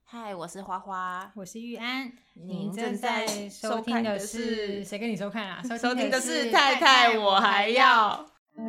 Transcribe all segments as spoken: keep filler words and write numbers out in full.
嗨，我是花花， 我是玉安。 您正在收听的是谁跟你收看啊？ 收听的是太太我还要。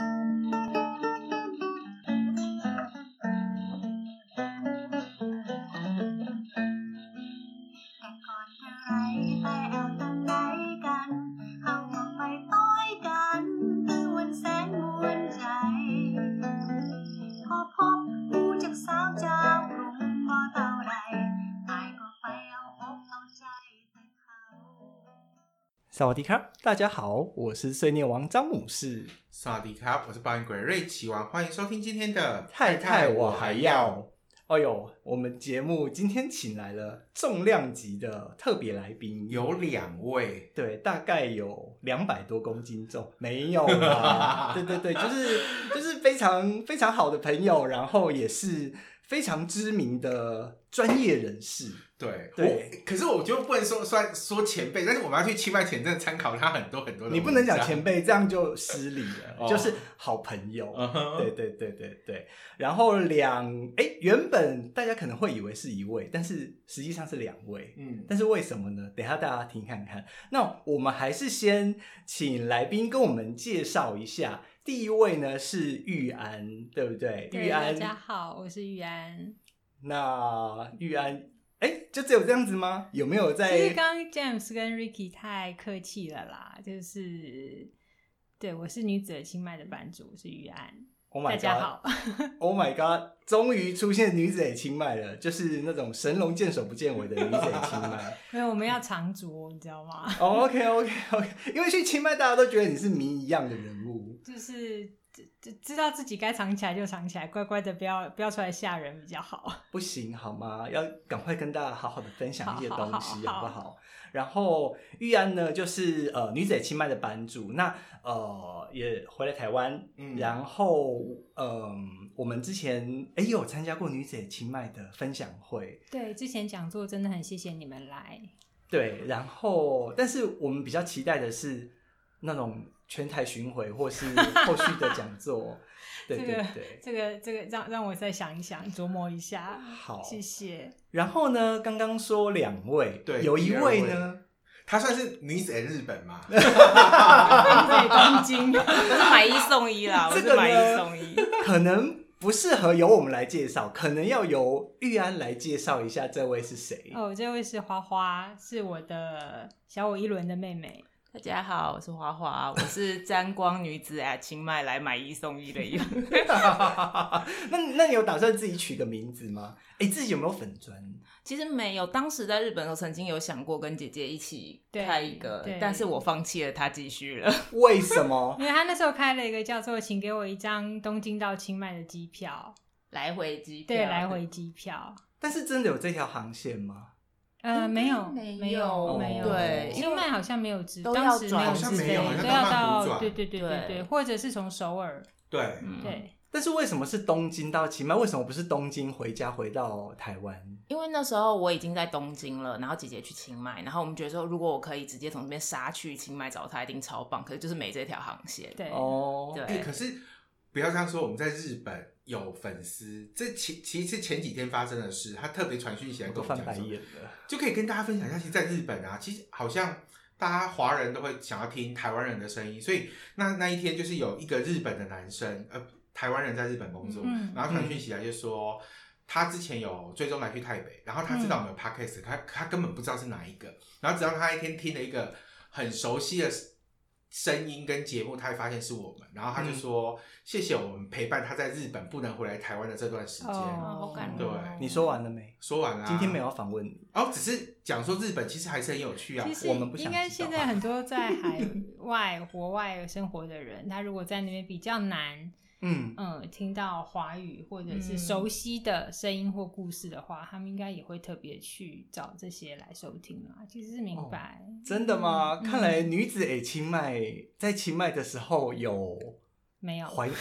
萨瓦迪卡，大家好，我是碎念王詹姆士。 萨瓦迪卡，我是抱怨鬼瑞奇王，欢迎收听今天的太太我还要。哎呦，我们节目今天请来了重量级的特别来宾， 有两位， 对，大概有两百多公斤重，没有啦，对对对，就是就是非常非常好的朋友，然后也是非常知名的专业人士。 对对， 可是我就不能说说说前辈，但是我们要去清迈前真的参考他很多很多的。 你不能讲前辈，这样就失礼了，哦、就是好朋友。 Uh-huh. 对对对对对。然后两哎，原本大家可能会以为是一位，但是实际上是两位。 嗯， 但是为什么呢？等一下大家听看看。那我们还是先请来宾跟我们介绍一下。第一位呢是玉安，对不对？ 对， 玉安， 大家好，我是玉安。 那玉安。哎，就只有这样子吗？有没有在？ 其实刚刚 James 跟 Ricky 太客气了啦，就是对我是女子的清迈的版主，我是玉安。 Oh my God, 大家好。 Oh my god！ 终于出现女子也清迈了，就是那种神龙见首不见尾的女子也清迈。 没有，我们要长着，你知道吗？ 哦、oh, OK OK OK， 因为去清迈大家都觉得你是谜一样的人物， 就是知道自己该藏起来就藏起来，乖乖的不要不要出来吓人比较好。 不行好吗？要赶快跟大家好好的分享一些东西，好不好？ 好好好然后玉安呢，就是呃女子也清迈的版主，那呃也回来台湾，嗯，然后嗯、呃，我们之前哎有参加过女子也清迈的分享会， 对，之前讲座真的很谢谢你们来。 对，然后但是我们比较期待的是那种全台巡回或是后续的讲座。对对对， 这个这个让让我再想一想，琢磨一下。 好， 谢谢。 然后呢，刚刚说两位， 对， 有一位呢， 她算是女子在日本嘛？ 女子东京， 我是买一送一啦，我是买一送一。 可能不适合由我们来介绍，可能要由玉安来介绍一下这位是谁。 哦，这位是花花，是我的小我一轮的妹妹。 大家好，我是花花，我是沾光女子啊，清迈来买一送一的一那那你有打算自己取个名字吗？哎，自己有没有粉专？ 其实没有，当时在日本的时候曾经有想过跟姐姐一起开一个，但是我放弃了，她继续了。 为什么？ 因为她那时候开了一个叫做“请给我一张东京到清迈的机票”， 来回机票， 对，来回机票。 但是真的有这条航线吗？ 呃，没有， 没有，没有，没有。 对， 清迈好像没有直， 都当时没有直飞，都要到，对对对对对，或者是从首尔。 对， 嗯、对。 但是为什么是东京到清迈？为什么不是东京回家回到台湾？ 因为那时候我已经在东京了，然后姐姐去清迈，然后我们觉得说，如果我可以直接从这边杀去清迈找她，一定超棒。可是就是没这条航线。 对， 哦， 对。 欸、可是不要这样说，我们在日本有粉丝，这其其实前几天发生的事，他特别传讯息来跟我们讲， 翻白眼了， 就可以跟大家分享一下。其实，在日本啊，其实好像大家华人都会想要听台湾人的声音，所以那那一天就是有一个日本的男生，呃，台湾人在日本工作，嗯、然后传讯息来就说。嗯他之前有追踪来去台北，然后他知道我们有 podcast，、嗯、他他根本不知道是哪一个，然后直到他一天听了一个很熟悉的声音跟节目，他会发现是我们，然后他就说、嗯、谢谢我们陪伴他在日本不能回来台湾的这段时间。 哦， 好感对， 你说完了没？ 说完了、啊。 今天没有要访问你， 哦，只是讲说日本其实还是很有趣啊。 其实我们不想应该现在很多在海外国外生活的人，他如果在那边比较难。嗯嗯，听到华语或者是熟悉的声音或故事的话，嗯、他们应该也会特别去找这些来收听啦。其实是明白， 哦、真的吗？嗯、看来女子诶，清迈在清迈的时候有没有怀？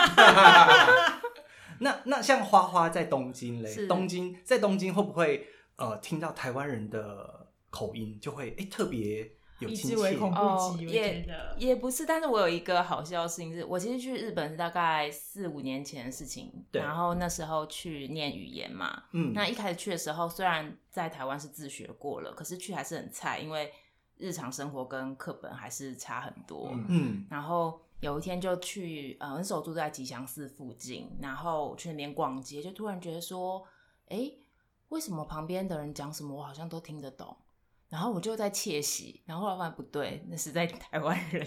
那那像花花在东京嘞，东京在东京会不会呃听到台湾人的口音就会诶特别有亲切， 以之为恐怖哦， 级，我也觉得也不是，但是我有一个好笑的事情是，我其实去日本是大概四五年前的事情，然后那时候去念语言嘛，嗯，那一开始去的时候，虽然在台湾是自学过了，可是去还是很菜，因为日常生活跟课本还是差很多，嗯，然后有一天就去，呃，那时候住在吉祥寺附近，然后去那边逛街，就突然觉得说，哎，为什么旁边的人讲什么我好像都听得懂？然后我就在窃喜，然后后来发现不对，那是在台湾人。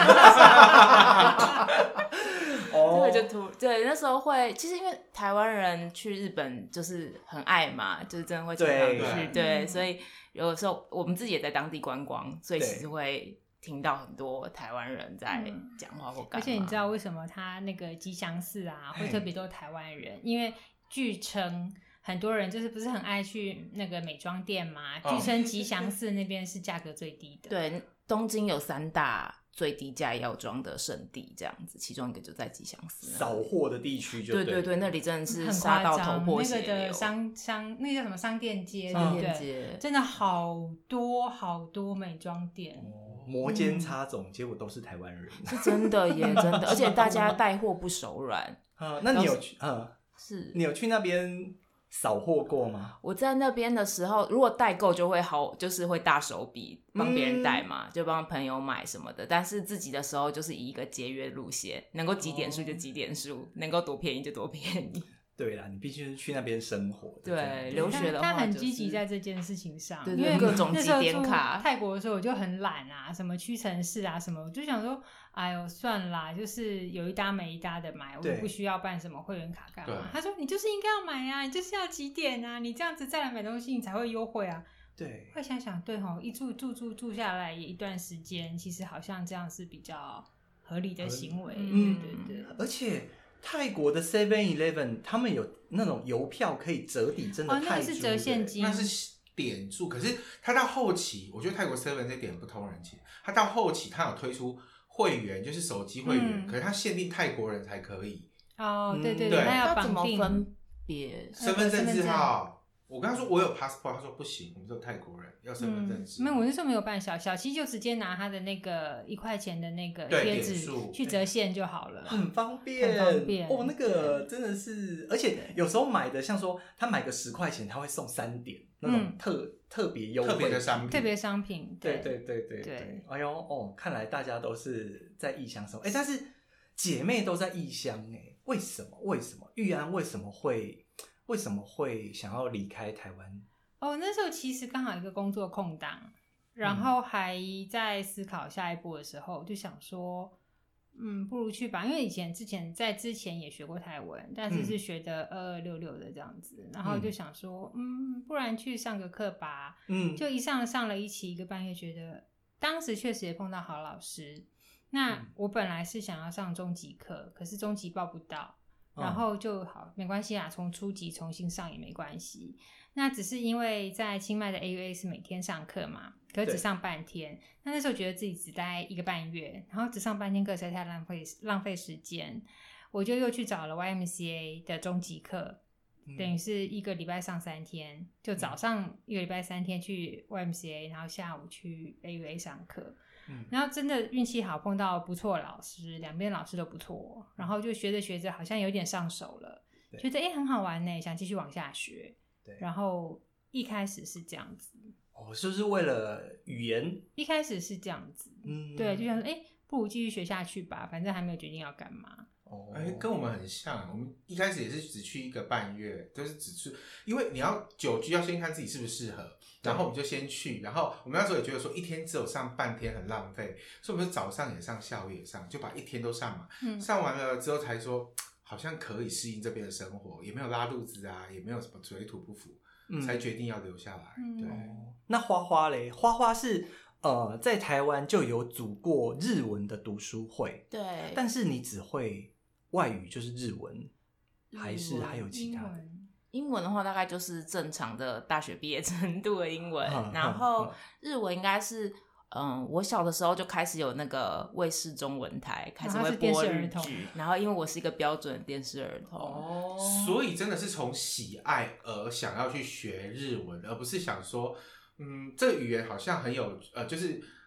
哦，对，就突对那时候会，其实因为台湾人去日本就是很爱嘛，就是真的会经常去，对，对嗯、所以有的时候我们自己也在当地观光，所以其实会听到很多台湾人在讲话或干嘛。 而且你知道为什么他那个吉祥寺啊会特别多台湾人？因为据称。很多人就是不是很爱去那个美妆店嘛？据称吉祥寺那边是价格最低的。 对，东京有三大最低价药妆的圣地，这样子，其中一个就在吉祥寺。 扫货的地区就对对对，那里真的是杀到头破血流。 那个的商商那个叫什么商店街？ 商店街真的好多好多美妆店。 哦、摩肩擦踵，结果都是台湾人， 是真的耶，真的，而且大家带货不手软。 嗯，那你有去？嗯， 是你有去那边？扫货过吗？ 我在那边的时候，如果代购就会好，就是会大手笔帮别人带嘛，嗯、就帮朋友买什么的。但是自己的时候，就是以一个节约路线，能够几点数就几点数，哦、能够多便宜就多便宜。 对啦，你必须是去那边生活。 对，留学的话、就是， 他很积极在这件事情上， 对对因为各种积点卡。 泰国的时候我就很懒啊，什么屈臣氏啊什么，我就想说，哎呦算啦，就是有一搭没一搭的买，我不需要办什么会员卡干嘛？他说你就是应该要买啊，你就是要几点啊，你这样子再来买东西你才会优惠啊。 对， 会想想对吼，一住住住住下来也一段时间，其实好像这样是比较合理的行为。嗯，对对对， 而且。泰国的 seven eleven 他们有那种邮票可以折抵，真的泰铢、欸哦、 那是折现金， 那是点数。可是他到后期，我觉得泰国 seven 这点不通人情。他到后期，他有推出会员，就是手机会员，嗯、可是他限定泰国人才可以。 哦，对对对，他要绑定分别身份证字号。我跟他说我有 passport， 他说不行，我们只有泰国人要身份证字。 没、嗯、有，我那时候没有办小小七就直接拿他的那个一块钱的那个贴纸去折现就好了， 很方便， 很方便。 哦，那个真的是，而且有时候买的像说他买个十块钱，他会送三点那种特、嗯、特别优惠特别的商品， 特别商品。 对对对对 对, 对。哎呦哦，看来大家都是在异乡生活，哎，但是姐妹都在异乡哎，为什么？为什么？玉安为什么会？为什么会想要离开台湾？ 哦，那时候其实刚好一个工作空档，然后还在思考下一步的时候，就想说，嗯，不如去吧。因为以前之前在之前也学过泰文，但是是学的二二六六的这样子，嗯、然后就想说，嗯，不然去上个课吧。嗯，就一上上了一期一个半月，觉得当时确实也碰到好老师。那我本来是想要上中级课，可是中级报不到。然后就好，没关系啦，从初级重新上也没关系。那只是因为在清迈的 A U A 是每天上课嘛，可是只上半天。那那时候觉得自己只待一个半月，然后只上半天课实在太浪费浪费时间，我就又去找了 Y M C A 的中级课，嗯、等于是一个礼拜上三天，就早上一个礼拜三天去 Y M C A， 然后下午去 A U A 上课。嗯、然后真的运气好，碰到不错的老师，两边老师都不错，然后就学着学着好像有点上手了，觉得哎很好玩呢，想继续往下学。对，然后一开始是这样子。 哦，就是为了语言？ 一开始是这样子，嗯，对，就想说哎，不如继续学下去吧，反正还没有决定要干嘛。 哦，哎，跟我们很像，我们一开始也是只去一个半月，就是只去，因为你要久居要先看自己适不适合，然后我们就先去，然后我们那时候也觉得说一天只有上半天很浪费，所以我们就早上也上，下午也上，就把一天都上嘛。嗯，上完了之后才说好像可以适应这边的生活，也没有拉肚子啊，也没有什么水土不服，嗯、才决定要留下来。嗯、对、 哦，那花花嘞，花花是。呃，在台湾就有组过日文的读书会， 对， 但是你只会外语，就是日文，还是还有其他的？ 英文的话，大概就是正常的大学毕业程度的英文，嗯、然后日文应该是，嗯，我小的时候就开始有那个卫视中文台开始会播日剧，然后因为我是一个标准的电视儿童， 哦，所以真的是从喜爱而想要去学日文，而不是想说。嗯，这个语言好像很有呃，就是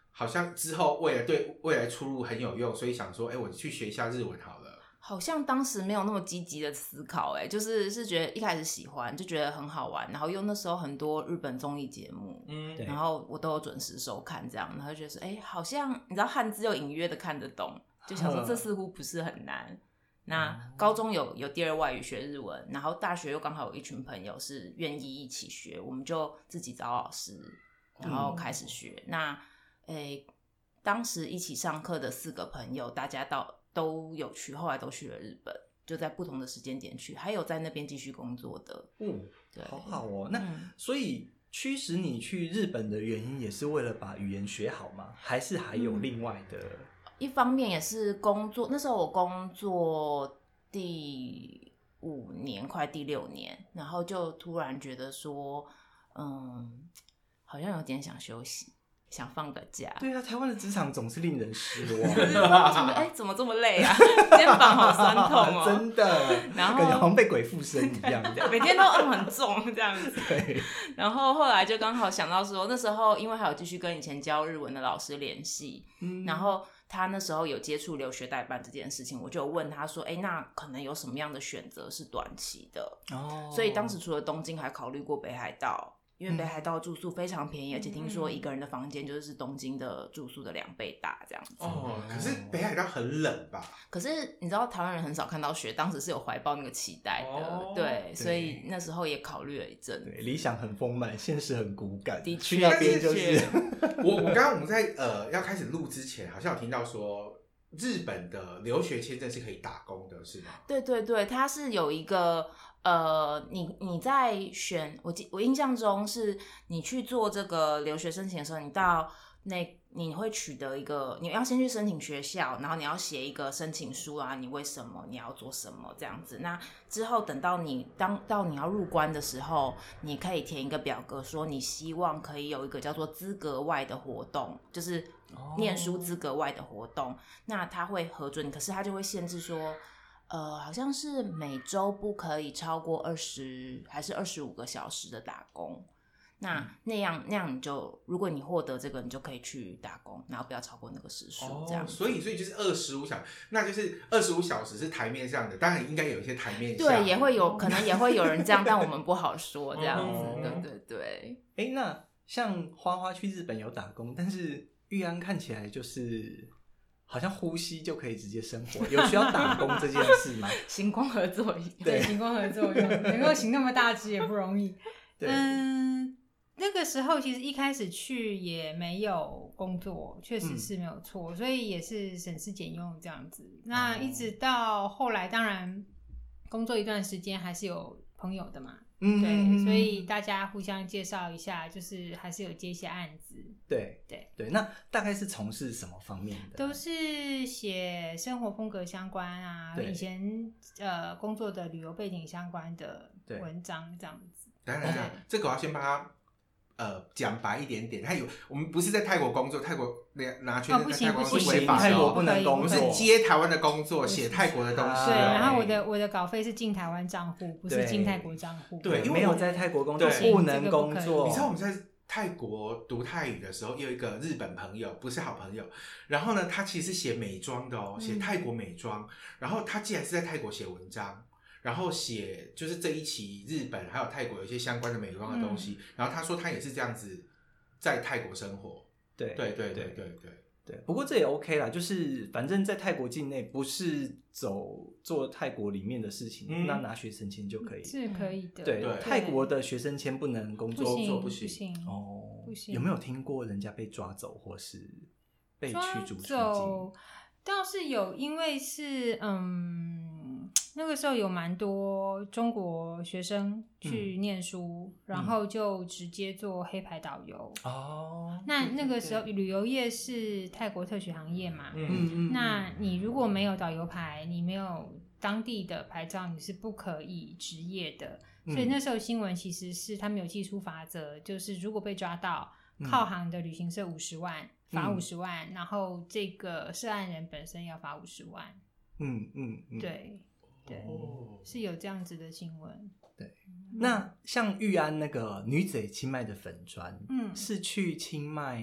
好像之后为了对未来出路很有用，所以想说，哎、欸，我去学一下日文好了。 好像当时没有那么积极的思考、欸，哎，就是是觉得一开始喜欢，就觉得很好玩，然后又那时候很多日本综艺节目，嗯，然后我都有准时收看，这样，然后就觉得说，哎、欸，好像你知道汉字又隐约的看得懂，就想说这似乎不是很难。那高中有有第二外语学日文，然后大学又刚好有一群朋友是愿意一起学，我们就自己找老师，然后开始学。嗯、那诶、欸，当时一起上课的四个朋友，大家到都有去，后来都去了日本，就在不同的时间点去，还有在那边继续工作的。 嗯，对，好好哦。那、嗯、所以驱使你去日本的原因，也是为了把语言学好吗？还是还有另外的？嗯， 一方面也是工作，那时候我工作第五年，快第六年，然后就突然觉得说，嗯，好像有点想休息，想放个假。 对啊，台湾的职场总是令人失望。 哎、欸，怎么这么累啊？肩膀好酸痛哦， 真的，然后感觉好像被鬼附身一样， 每天都嗯很重这样子。 对。 然后后来就刚好想到说，那时候因为还有继续跟以前教日文的老师联系，嗯，然后他那时候有接触留学代办这件事情，我就问他说，哎，那可能有什么样的选择是短期的？哦，所以当时除了东京，还考虑过北海道。因为北海道住宿非常便宜，嗯、而且听说一个人的房间就是东京的住宿的两倍大这样子。 哦，可是北海道很冷吧？ 可是你知道台湾人很少看到雪，当时是有怀抱那个期待的，哦、对，所以那时候也考虑了一阵。 对，理想很丰满，现实很骨感。 的确， 去那边就是。 我我刚刚我们在呃要开始录之前，好像有听到说。日本的留学签证是可以打工的，是吗？ 对对对，它是有一个呃，你你在选我我印象中是你去做这个留学申请的时候，你到那你会取得一个，你要先去申请学校，然后你要写一个申请书啊，你为什么你要做什么这样子。那之后等到你当到你要入关的时候，你可以填一个表格，说你希望可以有一个叫做资格外的活动，就是念书资格外的活动。那他会核准，可是他就会限制说，呃，好像是每周不可以超过二十还是二十五个小时的打工。那那样那样你就，如果你获得这个，你就可以去打工，然后不要超过那个时数，这样、哦。 所以所以就是二十五小时，那就是二十五小时是台面上的，当然应该有一些台面下。 对，也会有可能也会有人这样，但我们不好说这样子。哦、对对对。 哎、欸，那像花花去日本有打工，但是玉安看起来就是好像呼吸就可以直接生活，有需要打工这件事吗？ 行光合作用， 对，行光合作用，能够行那么大只也不容易。嗯。那个时候其实一开始去也没有工作，确实是没有错、嗯、所以也是省吃俭用这样子。那一直到后来当然工作一段时间还是有朋友的嘛，嗯，对，所以大家互相介绍一下，就是还是有接一些案子。 对对对，那大概是从事什么方面的？ 都是写生活风格相关啊，以前呃工作的旅游背景相关的文章这样子。 当然这样，这个我要先帮他呃讲白一点点。他有我们不是在泰国工作，泰国拿签证在泰国是违法的、哦， 泰国不能工作。 我们是接台湾的工作，写泰国的东西。 对，然后我的我的稿费是进台湾账户，不是进泰国账户。 对，因为没有在泰国工作不能工作。 你知道我们在泰国读泰语的时候，有一个日本朋友，不是好朋友。然后呢，他其实是写美妆的哦，写泰国美妆。嗯、然后他既然是在泰国写文章，然后写就是这一期日本还有泰国有一些相关的美妆的东西。嗯、然后他说他也是这样子在泰国生活。对对对对对对对。不过这也 OK 啦，就是反正在泰国境内不是走做泰国里面的事情，嗯、那拿学生签就可以， 是可以的。 对，对泰国的学生签不能工作， 不行不行哦， 不行。 有没有听过人家被抓走或是被驱逐出境？ 倒是有，因为是嗯，那个时候有蛮多中国学生去念书，嗯、然后就直接做黑牌导游。哦，那那个时候旅游业是泰国特许行业嘛？嗯嗯。那你如果没有导游牌，你没有当地的牌照，你是不可以执业的。嗯、所以那时候新闻其实是他们有技术法则，就是如果被抓到，靠行的旅行社五十万。罚五十万、嗯，然后这个涉案人本身要罚五十万。嗯嗯嗯，对对、哦，是有这样子的新闻。 对，嗯、那像玉安那个女子清迈的粉专，嗯，是去清迈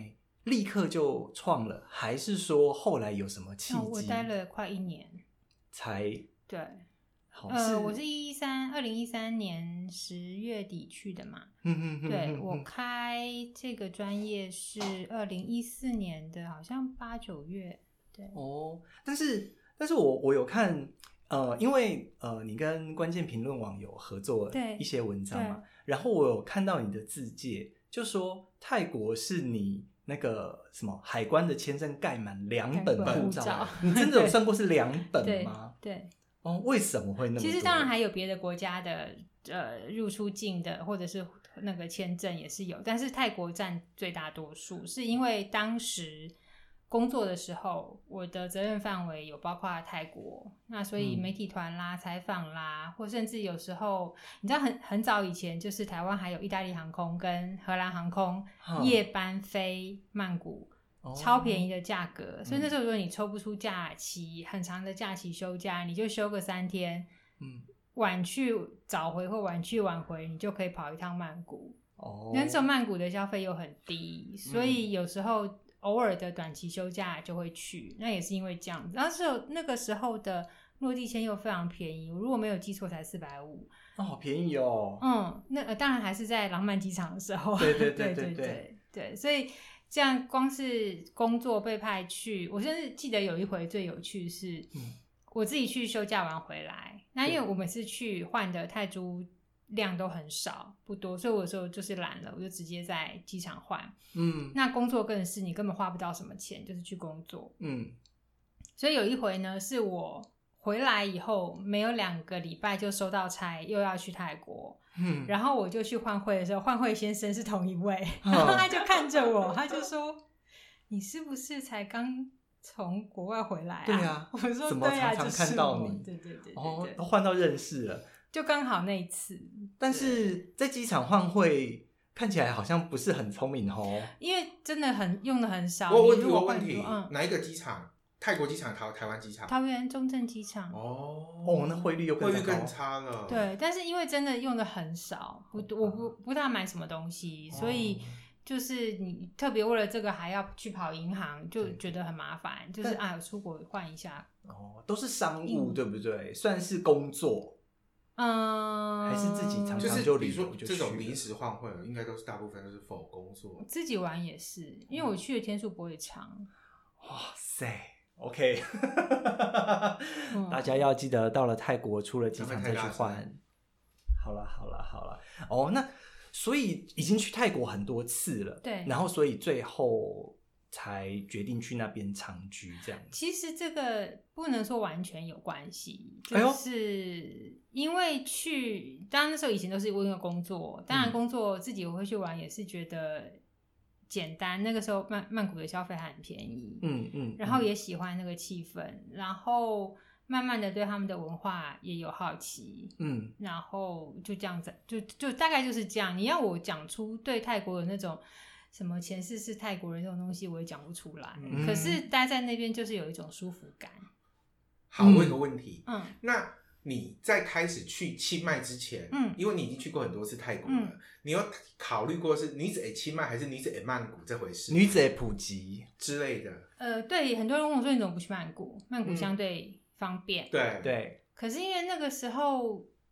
立刻就创了，还是说后来有什么契机？ 哦、我待了快一年才对。 好呃，我是一三二零一三年十月底去的嘛， 嗯嗯对，我开这个专业是二零一四年的，好像八九月，对。 哦，但是但是我我有看，呃，因为呃，你跟关键评论网有合作一些文章嘛，然后我有看到你的自介，就说泰国是你那个什么海关的签证盖满两本护照，你真的有算过是两本吗？ 对。对哦，为什么会那么多？ 其实当然还有别的国家的呃入出境的或者是那个签证也是有，但是泰国占最大多数，是因为当时工作的时候我的责任范围有包括泰国，那所以媒体团啦、采访啦，或甚至有时候你知道很很早以前就是台湾还有意大利航空跟荷兰航空夜班飞曼谷。超便宜的价格，所以那时候如果你抽不出假期，很长的假期休假，你就休个三天，嗯，晚去早回或晚去晚回，你就可以跑一趟曼谷。哦，那时候曼谷的消费又很低，所以有时候偶尔的短期休假就会去，那也是因为这样子。然后是那个时候的落地签又非常便宜，我如果没有记错才四百五， 哦，好便宜哦。 嗯，那、呃、当然还是在廊曼机场的时候， 对对对对对, 对, 对, 对，所以。这样光是工作被派去，我甚至记得有一回最有趣是，嗯、我自己去休假完回来，那因为我每次去换的泰铢量都很少不多，所以我有时候就是懒了，我就直接在机场换。嗯，那工作更是你根本花不到什么钱，就是去工作。嗯，所以有一回呢，是我回来以后没有两个礼拜就收到差，又要去泰国。嗯，然后我就去换汇的时候，换汇先生是同一位，然后他就看着我，他就说：“你是不是才刚从国外回来啊？” 对啊， 我说：“ 怎么对啊， 常常看到你？” 对对 对, 对， 哦，换到认识了， 就刚好那一次。 但是在机场换汇看起来好像不是很聪明哦， 因为真的很用的很少。 我问题，我问题，嗯、哪一个机场？泰国机场、台台湾机场、 桃园中正机场。 哦哦，那汇率又汇率更差了。 对，但是因为真的用的很少，不，我不不大买什么东西，所以就是你特别为了这个还要去跑银行，就觉得很麻烦。就是啊，出国换一下。 哦，都是商务，对不对？算是工作。 嗯， 还是自己常常就就比如说这种临时换汇，应该都是大部分都是 for 工作。 自己玩也是，因为我去的天数不会长。 哇塞！OK， 大家要记得到了泰国出了机场再去换。好了好了好了，哦，那所以已经去泰国很多次了， 对， 然后所以最后才决定去那边长居这样。 其实这个不能说完全有关系，就是因为去，当然那时候以前都是因为工作，当然工作自己我会去玩，也是觉得。简单，那个时候曼曼谷的消费还很便宜，嗯嗯，然后也喜欢那个气氛，然后慢慢的对他们的文化也有好奇，嗯，然后就这样子，就就大概就是这样。你要我讲出对泰国的那种什么前世是泰国人这种东西，我也讲不出来。嗯、可是待在那边就是有一种舒服感。 好，问个问题，嗯，那。你在开始去清迈之前，嗯，因为你已经去过很多次泰国了，嗯、你有考虑过是女子诶清迈还是女子诶曼谷这回事？ 女子诶普吉之类的。 呃，对，很多人问我说你怎么不去曼谷？曼谷相对方便。 嗯、对对。 可是因为那个时候，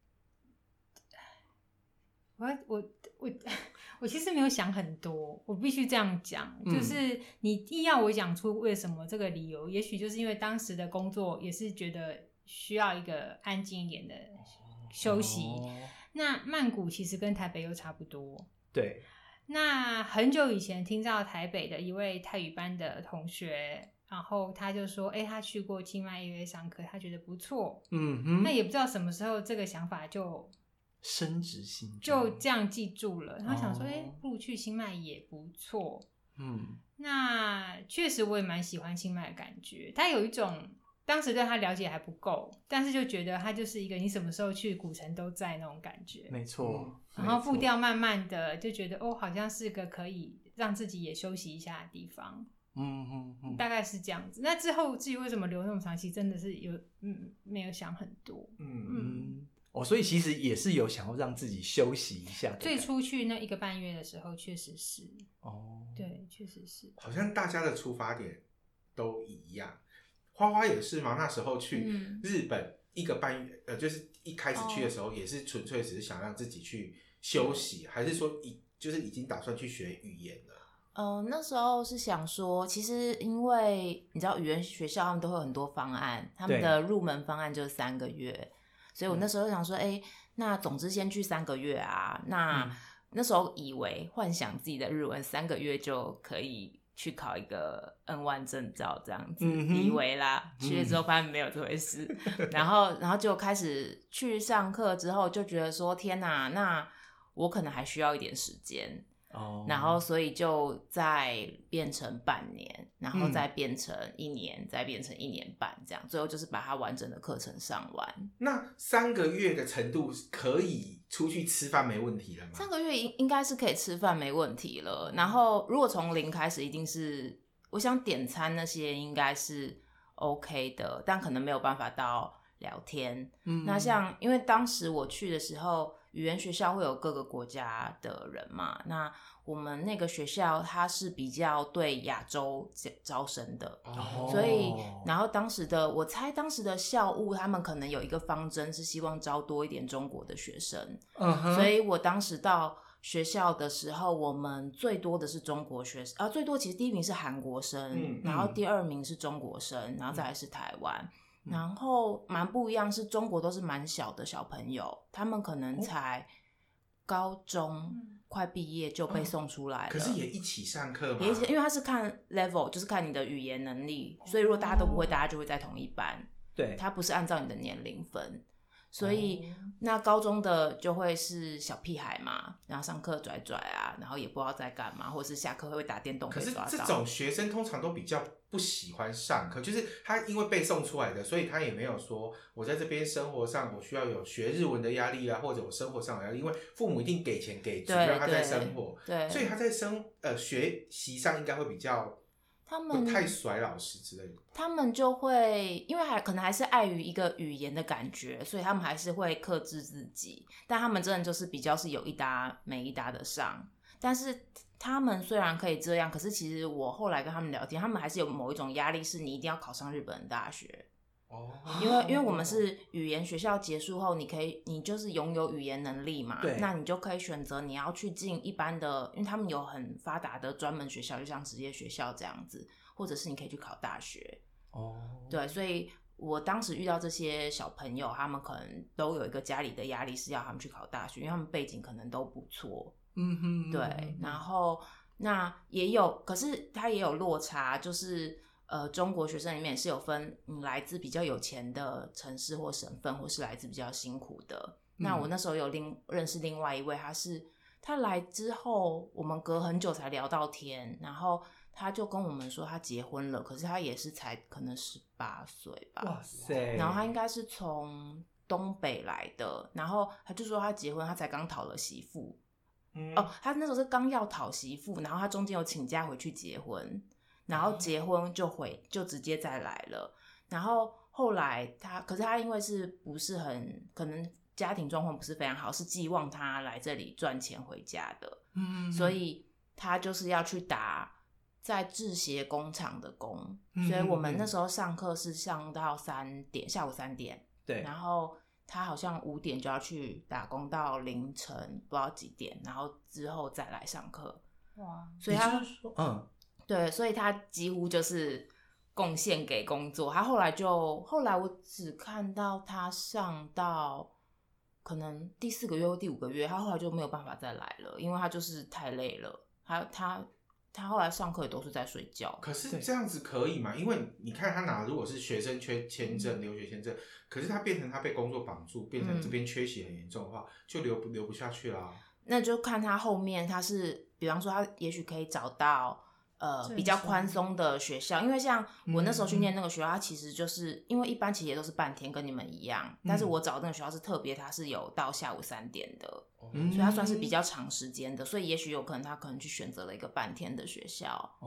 我我我我其实没有想很多，我必须这样讲，嗯、就是你硬要我讲出为什么这个理由，也许就是因为当时的工作也是觉得。需要一个安静一点的休息。哦、那曼谷其实跟台北又差不多。 对。 那很久以前听到台北的一位泰语班的同学，然后他就说：“哎、欸，他去过清迈 A U A 上课，他觉得不错。”嗯哼。那也不知道什么时候这个想法就深植心中， 就这样记住了。然后想说：“哎、欸，不如去清迈也不错。”嗯。那确实我也蛮喜欢清迈的感觉，它有一种。当时对他了解还不够，但是就觉得他就是一个你什么时候去古城都在那种感觉。 没错， 然后步调慢慢的就觉得哦，好像是个可以让自己也休息一下的地方。嗯嗯嗯，大概是这样子。那之后至于为什么留那么长期，真的是有嗯没有想很多。嗯嗯，哦，所以其实也是有想要让自己休息一下的。 最初去那一个半月的时候，确实是哦，对， 确实是， 好像大家的出发点都一样。花花也是吗？那时候去日本、嗯、一个半月，呃，就是一开始去的时候，也是纯粹只是想让自己去休息，哦、还是说已就是已经打算去学语言了？ 呃，那时候是想说，其实因为你知道语言学校他们都会有很多方案，他们的入门方案就是三个月，所以我那时候想说，哎、欸，那总之先去三个月啊。那、嗯、那时候以为幻想自己的日文三个月就可以去考一个 N 一 证照这样子，嗯、以为啦，去了之后发现没有这回事，嗯、然后然后就开始去上课之后，就觉得说天哪，那我可能还需要一点时间。Oh. 然后所以就再变成半年，然后再变成一年、嗯、再变成一年半这样，最后就是把它完整的课程上完。 那三个月的程度可以出去吃饭没问题了吗？ 三个月应该是可以吃饭没问题了，然后如果从零开始一定是我想点餐那些应该是 OK 的，但可能没有办法到聊天。嗯，那像因为当时我去的时候语言学校会有各个国家的人嘛，那我们那个学校它是比较对亚洲招生的、哦、所以然后当时的我猜当时的校务他们可能有一个方针是希望招多一点中国的学生、uh-huh. 所以我当时到学校的时候我们最多的是中国学生、啊、最多其实第一名是韩国生、嗯、然后第二名是中国生，然后再来是台湾、嗯，然后蛮不一样，是中国都是蛮小的小朋友，他们可能才高中、嗯、快毕业就被送出来了、哦、 可是也一起上课吗？ 也一起，因为他是看 level， 就是看你的语言能力，所以如果大家都不会、哦、大家就会在同一班，对，他不是按照你的年龄分，所以、哦、那高中的就会是小屁孩嘛，然后上课拽拽啊，然后也不知道在干嘛，或者是下课会打电动被抓到。 可是这种学生通常都比较不喜欢上课，就是他因为被送出来的，所以他也没有说我在这边生活上我需要有学日文的压力啊，或者我生活上有压力，因为父母一定给钱给足让他在生活，对，所以他在生呃学习上应该会比较他们不太甩老师之类的， 他们就会因为还可能还是碍于一个语言的感觉，所以他们还是会克制自己，但他们真的就是比较是有一搭没一搭的上，但是他们虽然可以这样，可是其实我后来跟他们聊天，他们还是有某一种压力，是你一定要考上日本大学。哦，因为因为我们是语言学校结束后，你可以你就是拥有语言能力嘛，对，那你就可以选择你要去进一般的，因为他们有很发达的专门学校，就像职业学校这样子，或者是你可以去考大学。哦，对，所以我当时遇到这些小朋友，他们可能都有一个家里的压力是要他们去考大学，因为他们背景可能都不错。嗯哼，对，然后那也有，可是他也有落差，就是呃，中国学生里面也是有分，你来自比较有钱的城市或省份，或是来自比较辛苦的。嗯、那我那时候有另认识另外一位，他是他来之后，我们隔很久才聊到天，然后他就跟我们说他结婚了，可是他也是才可能十八岁吧。哇塞！然后他应该是从东北来的，然后他就说他结婚，他才刚讨了媳妇。嗯、哦，他那时候是刚要讨媳妇，然后他中间有请假回去结婚，然后结婚就回就直接再来了，然后后来他可是他因为是不是很可能家庭状况不是非常好，是寄望他来这里赚钱回家的，嗯，所以他就是要去打在制鞋工厂的工，嗯，所以我们那时候上课是上到三点，下午三点，对，然后他好像五点就要去打工到凌晨不知道几点，然后之后再来上课。哇，所以他说嗯，对，所以他几乎就是贡献给工作。他后来就后来我只看到他上到可能第四个月或第五个月，他后来就没有办法再来了，因为他就是太累了。他他他后来上课也都是在睡觉。 可是这样子可以吗？因为你看他拿如果是学生缺签证、留学签证，可是他变成他被工作绑住，变成这边缺席很严重的话，嗯，就留不留不下去啦。 那就看他后面他是，比方说他也许可以找到呃比较宽松的学校，因为像我那时候去念那个学校，它其实就是因为一般其实也都是半天，跟你们一样，嗯，但是我找的那个学校是特别，它是有到下午三点的，嗯，所以它算是比较长时间的，所以也许有可能他可能去选择了一个半天的学校。哦，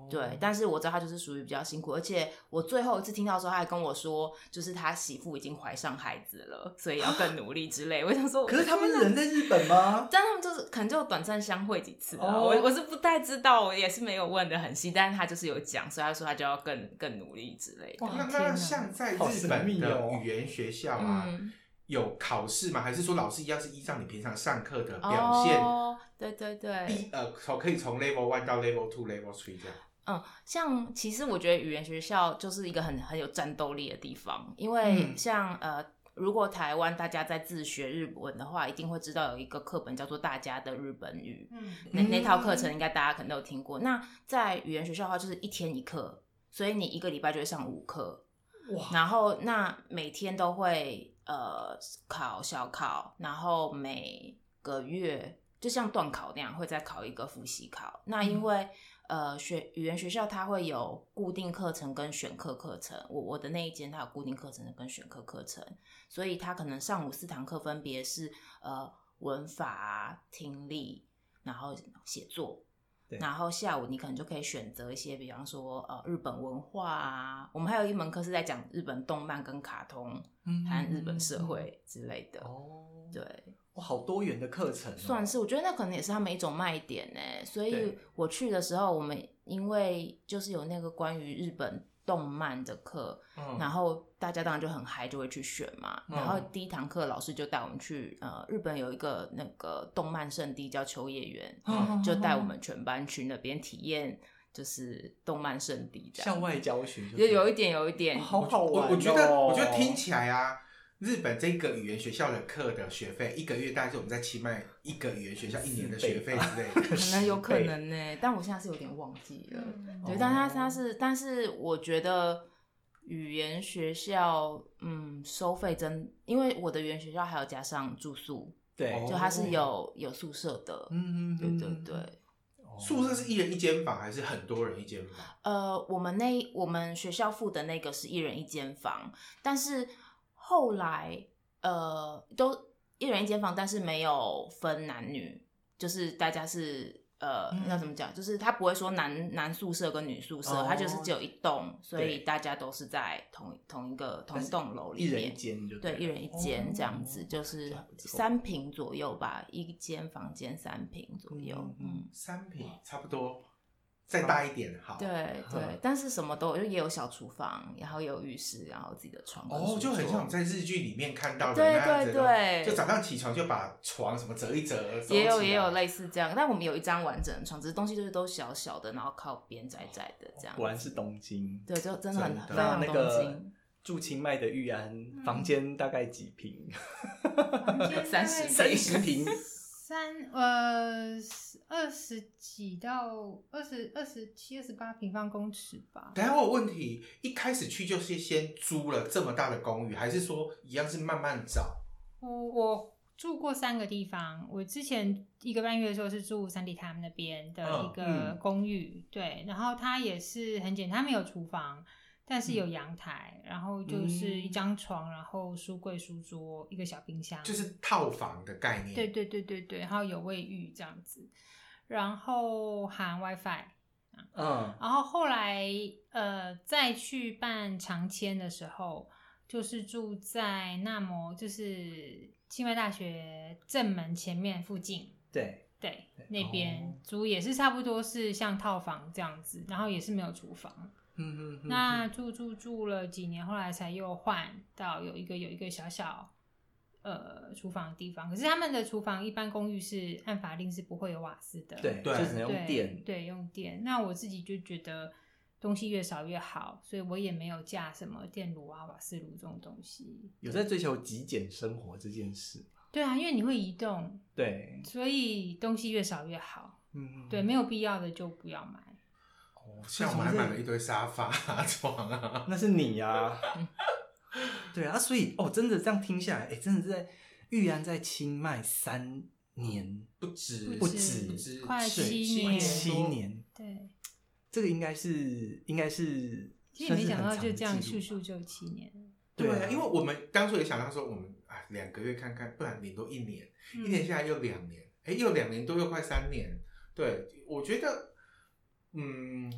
对，但是我知道他就是属于比较辛苦，而且我最后一次听到的时候，他还跟我说，就是他媳妇已经怀上孩子了，所以要更努力之类。我想说， 可是他不是人在日本吗？ 但他们就是可能就短暂相会几次啊。哦、我我是不太知道，我也是没有问的很细，但是他就是有讲，所以他说他就要更更努力之类的。 哇，那那像在日本的语言学校啊。嗯，有考试吗？还是说老师一样是依照你平常上课的表现？ 哦，对对对， 呃，可以从 level one 到 level two、level three 这样。 嗯，像其实我觉得语言学校就是一个很很有战斗力的地方，因为像、嗯、呃，如果台湾大家在自学日文的话，一定会知道有一个课本叫做《大家的日本语》，嗯，那那套课程应该大家可能都有听过。那在语言学校的话，就是一天一课，所以你一个礼拜就会上五课，哇，然后那每天都会。呃，考小考，然后每个月就像段考那样，会再考一个复习考。那因为、嗯、呃学语言学校它会有固定课程跟选课课程，我我的那一间它有固定课程跟选课课程，所以它可能上午四堂课分别是呃文法啊、听力，然后写作。然后下午你可能就可以选择一些，比方说呃日本文化啊，我们还有一门课是在讲日本动漫跟卡通，嗯，和日本社会之类的。哦，对， 哇，好多元的课程、哦， 算是，我觉得那可能也是他们一种卖点呢。所以我去的时候，我们因为就是有那个关于日本动漫的课、嗯，然后大家当然就很嗨，就会去选嘛。嗯、然后第一堂课老师就带我们去，呃，日本有一个那个动漫圣地叫秋叶原、嗯，就带我们全班去那边体验，就是动漫圣地这样。 校外教学就有一点，有一点， 好好玩、哦。 我我觉得，我觉得听起来啊。日本这个语言学校的课的学费，一个月大概是我们在清迈一个语言学校一年的学费之类的， 可能有可能呢，但我现在是有点忘记了。嗯、对，但它它是，但是我觉得语言学校，嗯，收费真，因为我的语言学校还有加上住宿， 对， 就它是有有宿舍的，嗯嗯，对对对。 宿舍是一人一间房还是很多人一间房？ 呃，我们那我们学校付的那个是一人一间房，但是。后来，呃，都一人一间房，但是没有分男女，就是大家是呃，嗯、要怎么讲？就是他不会说男男宿舍跟女宿舍，他、哦、就是只有一栋，所以大家都是在同同一个同一栋楼里面， 一人一间就对，一人一间这样子，哦、就是三坪左右吧，一间房间三坪左右，嗯， 嗯三坪差不多。再大一点好， 对对、嗯，但是什么都有，也有小厨房，然后也有浴室，然后自己的床。 哦，就很像我们在日剧里面看到的那样子。 对对对， 就早上起床就把床什么折一折。 也有也有类似这样，但我们有一张完整的床，只是东西就是都小小的，然后靠边窄窄的这样。 果然是东京。 对，就真的很非常东京。那个住清迈的玉安，嗯、房间大概几平？ 三十三十平。 三呃二十几到二十二十七二十八平方公尺吧。 等一下我有问题，一开始去就是先租了这么大的公寓，还是说一样是慢慢找？ 我我住过三个地方，我之前一个半月的时候是住三里滩那边的一个公寓，嗯、对，然后它也是很简单，它没有厨房。但是有阳台、嗯，然后就是一张床，然后书柜、书桌，一个小冰箱， 就是套房的概念。 对对对对对，然后有卫浴这样子，然后含 WiFi， 嗯，然后后来呃再去办长签的时候，就是住在那么就是清迈大学正门前面附近， 对对，那边租也是差不多是像套房这样子，然后也是没有厨房。嗯嗯，那住住住了几年，后来才又换到有一个有一个小小呃厨房的地方。可是他们的厨房一般公寓是按法令是不会有瓦斯的， 对，就只能用电。 对，用电。那我自己就觉得东西越少越好，所以我也没有架什么电炉啊、瓦斯炉这种东西。 有在追求极简生活这件事吗？ 对啊，因为你会移动， 对， 所以东西越少越好。嗯，对，没有必要的就不要买。 像我们还买了一堆沙发啊、床啊， 那是你啊。对啊，所以哦，真的这样听下来，哎，真的是在玉安在清迈三年不止， 不止，不止快七年， 七年。 对， 这个应该是，应该是， 其实没想到就这样咻咻就七年。 对啊，因为我们当初也想到说，我们啊两个月看看，不然顶多一年，嗯、一年下来又两年，哎，又两年多，又快三年。对，我觉得。嗯，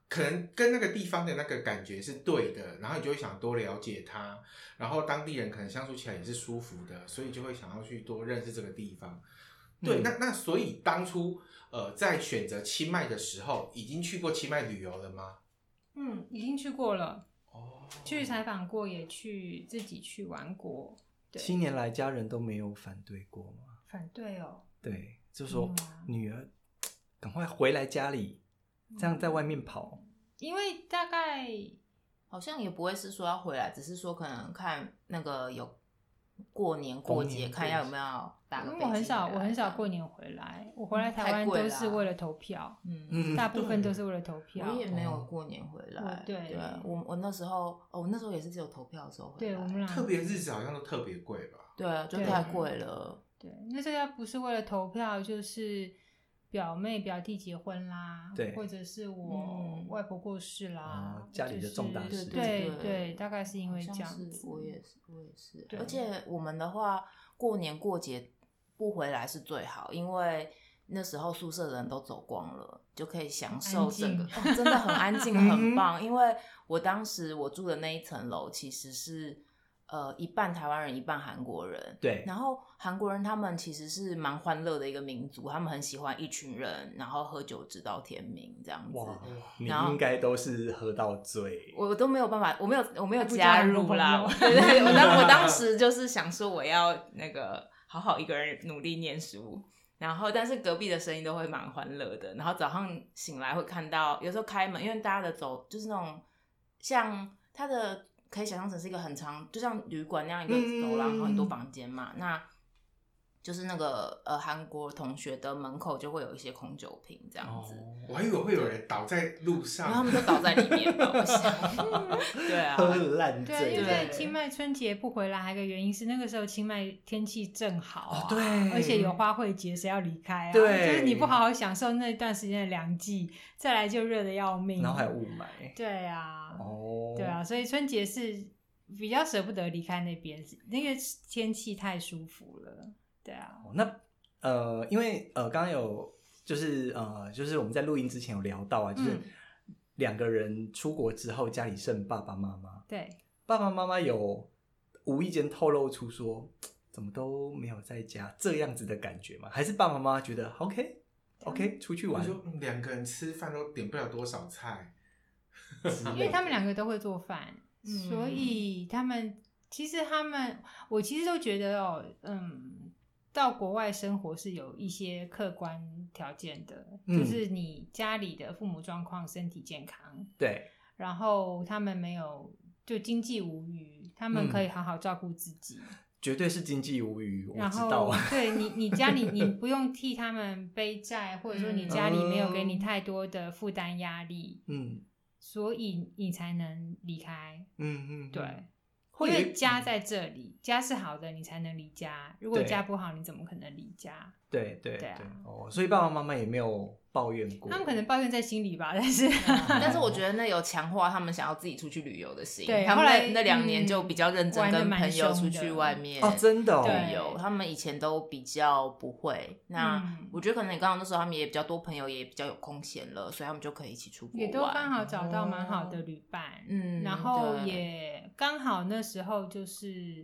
可能跟那个地方的那个感觉是对的，然后你就会想多了解它，然后当地人可能相处起来也是舒服的，所以就会想要去多认识这个地方。对，嗯、那那所以当初呃在选择清迈的时候，已经去过清迈旅游了吗？ 嗯，已经去过了。哦，去采访过，也去自己去玩过。 七年来，家人都没有反对过吗？ 反对哦。 对，就说、嗯啊、女儿赶快回来家里，这样在外面跑。 因为大概好像也不会是说要回来，只是说可能看那个有过年过节，看要有没有打个飞机。 我很少，我很少过年回来，我回来台湾都是为了投票，嗯，大部分都是为了投票。 我也没有过年回来， 对， 对我我那时候，哦，我那时候也是只有投票的时候回来。 对，我们俩特别日子好像都特别贵吧？ 对啊，就太贵了。 对，那时候要不是为了投票，就是表妹表弟结婚啦，对，或者是我外婆过世啦， 嗯、家里的重大事， 对 对, 对，大概是因为这样子。我也是，我也是。而且我们的话，过年过节不回来是最好，因为那时候宿舍的人都走光了，就可以享受整个，哦、真的很安静，很棒。因为我当时我住的那一层楼其实是。呃，一半台湾人，一半韩国人。 对。 然后韩国人他们其实是蛮欢乐的一个民族，他们很喜欢一群人，然后喝酒直到天明这样子。 哇，你应该都是喝到醉。 我都没有办法，我没有，我没有加入啦。对对，我当我当时就是想说，我要那个好好一个人努力念书，然后但是隔壁的声音都会蛮欢乐的。然后早上醒来会看到，有时候开门，因为大家的走就是那种像他的。可以想象成是一个很长，就像旅馆那样一个走廊，然后很多房间嘛。那就是那个呃韩国同学的门口就会有一些空酒瓶这样子。 哦、我还以为会有人倒在路上， 然后他们就倒在里面吧，我想。对啊， 喝烂醉。 对，因为清迈春节不回来，还有一个原因是那个时候清迈天气正好、啊哦，对， 而且有花卉节，谁要离开啊？ 对， 就是你不好好享受那段时间的凉季，再来就热得要命， 然后还有雾霾。 对啊， 哦， 对啊，所以春节是比较舍不得离开那边，那个天气太舒服了。对啊， 那呃，因为呃，刚刚有就是呃，就是我们在录音之前有聊到啊，就是两个人出国之后，家里剩爸爸妈妈。 对， 爸爸妈妈有无意间透露出说，怎么都没有在家这样子的感觉吗？还是爸爸妈妈觉得 OK OK 出去玩？ 说两个人吃饭都点不了多少菜， 因为他们两个都会做饭，嗯、所以他们其实他们，我其实都觉得哦，嗯。到国外生活是有一些客观条件的、嗯、就是你家里的父母状况身体健康， 对， 然后他们没有就经济无虞，他们可以好好照顾自己、嗯、 绝对是经济无虞，我知道。 然后对你你家里你不用替他们背债或者说你家里没有给你太多的负担压力，嗯，所以你才能离开，嗯嗯，对，因为家在这里，家是好的，你才能离家。如果家不好，你怎么可能离家？ 对对对, 对, 对、 啊、 哦，所以爸爸妈妈也没有抱怨过。 他们可能抱怨在心里吧，但是但是我觉得那有强化他们想要自己出去旅游的心。对，他们那那两年就比较认真跟朋友出去外面哦，真的旅游。他们以前都比较不会。那、嗯、我觉得可能你刚刚那时候他们也比较多朋友，也比较有空闲了，所以他们就可以一起出国玩， 也都刚好找到蛮好的旅伴。嗯，然后也刚好那时候就是。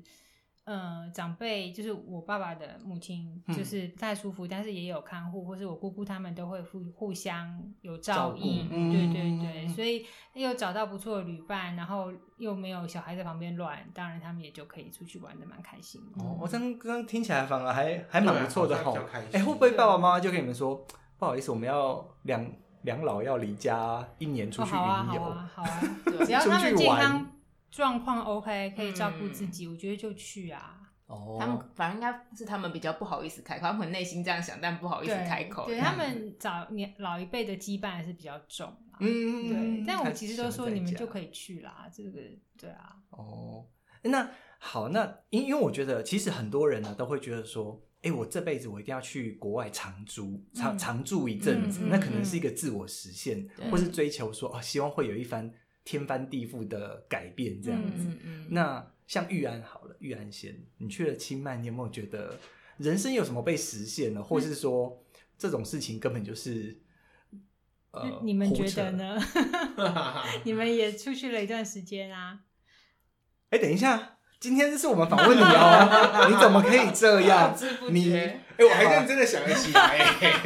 呃，长辈就是我爸爸的母亲，就是不太舒服、嗯，但是也有看护，或是我姑姑他们都会互互相有照应，对对对，所以又找到不错的旅伴，然后又没有小孩在旁边乱，当然他们也就可以出去玩的蛮开心的。 哦，我刚刚听起来反而还还蛮不错的哈。哎、欸，会不会爸爸妈妈就跟你们说，不好意思，我们要两两老要离家一年出去云游？哦、好啊，好啊，好啊只要他们健康。状况 OK 可以照顾自己、嗯、我觉得就去啊。 哦，他们反正应该是他们比较不好意思开口，他们内心这样想，但不好意思开口。 对，对他们早年老一辈的羁绊还是比较重啦。嗯，对。但我其实都说你们就可以去啦，这个对啊。 哦，那好，那因因为我觉得其实很多人呢、啊、都会觉得说，哎，我这辈子我一定要去国外常住，常、嗯、常住一阵子、嗯嗯，那可能是一个自我实现，嗯、或是追求说哦，希望会有一番。天翻地覆的改变这样子、嗯嗯、那像玉安好了，玉安先你去了清迈，你有没有觉得人生有什么被实现呢？或是说这种事情根本就是呃， 你们觉得呢？你们也出去了一段时间啊。 哎、欸，等一下，今天是我们访问你哦，你怎么可以这样？你哎、欸，我还认真的想得起来。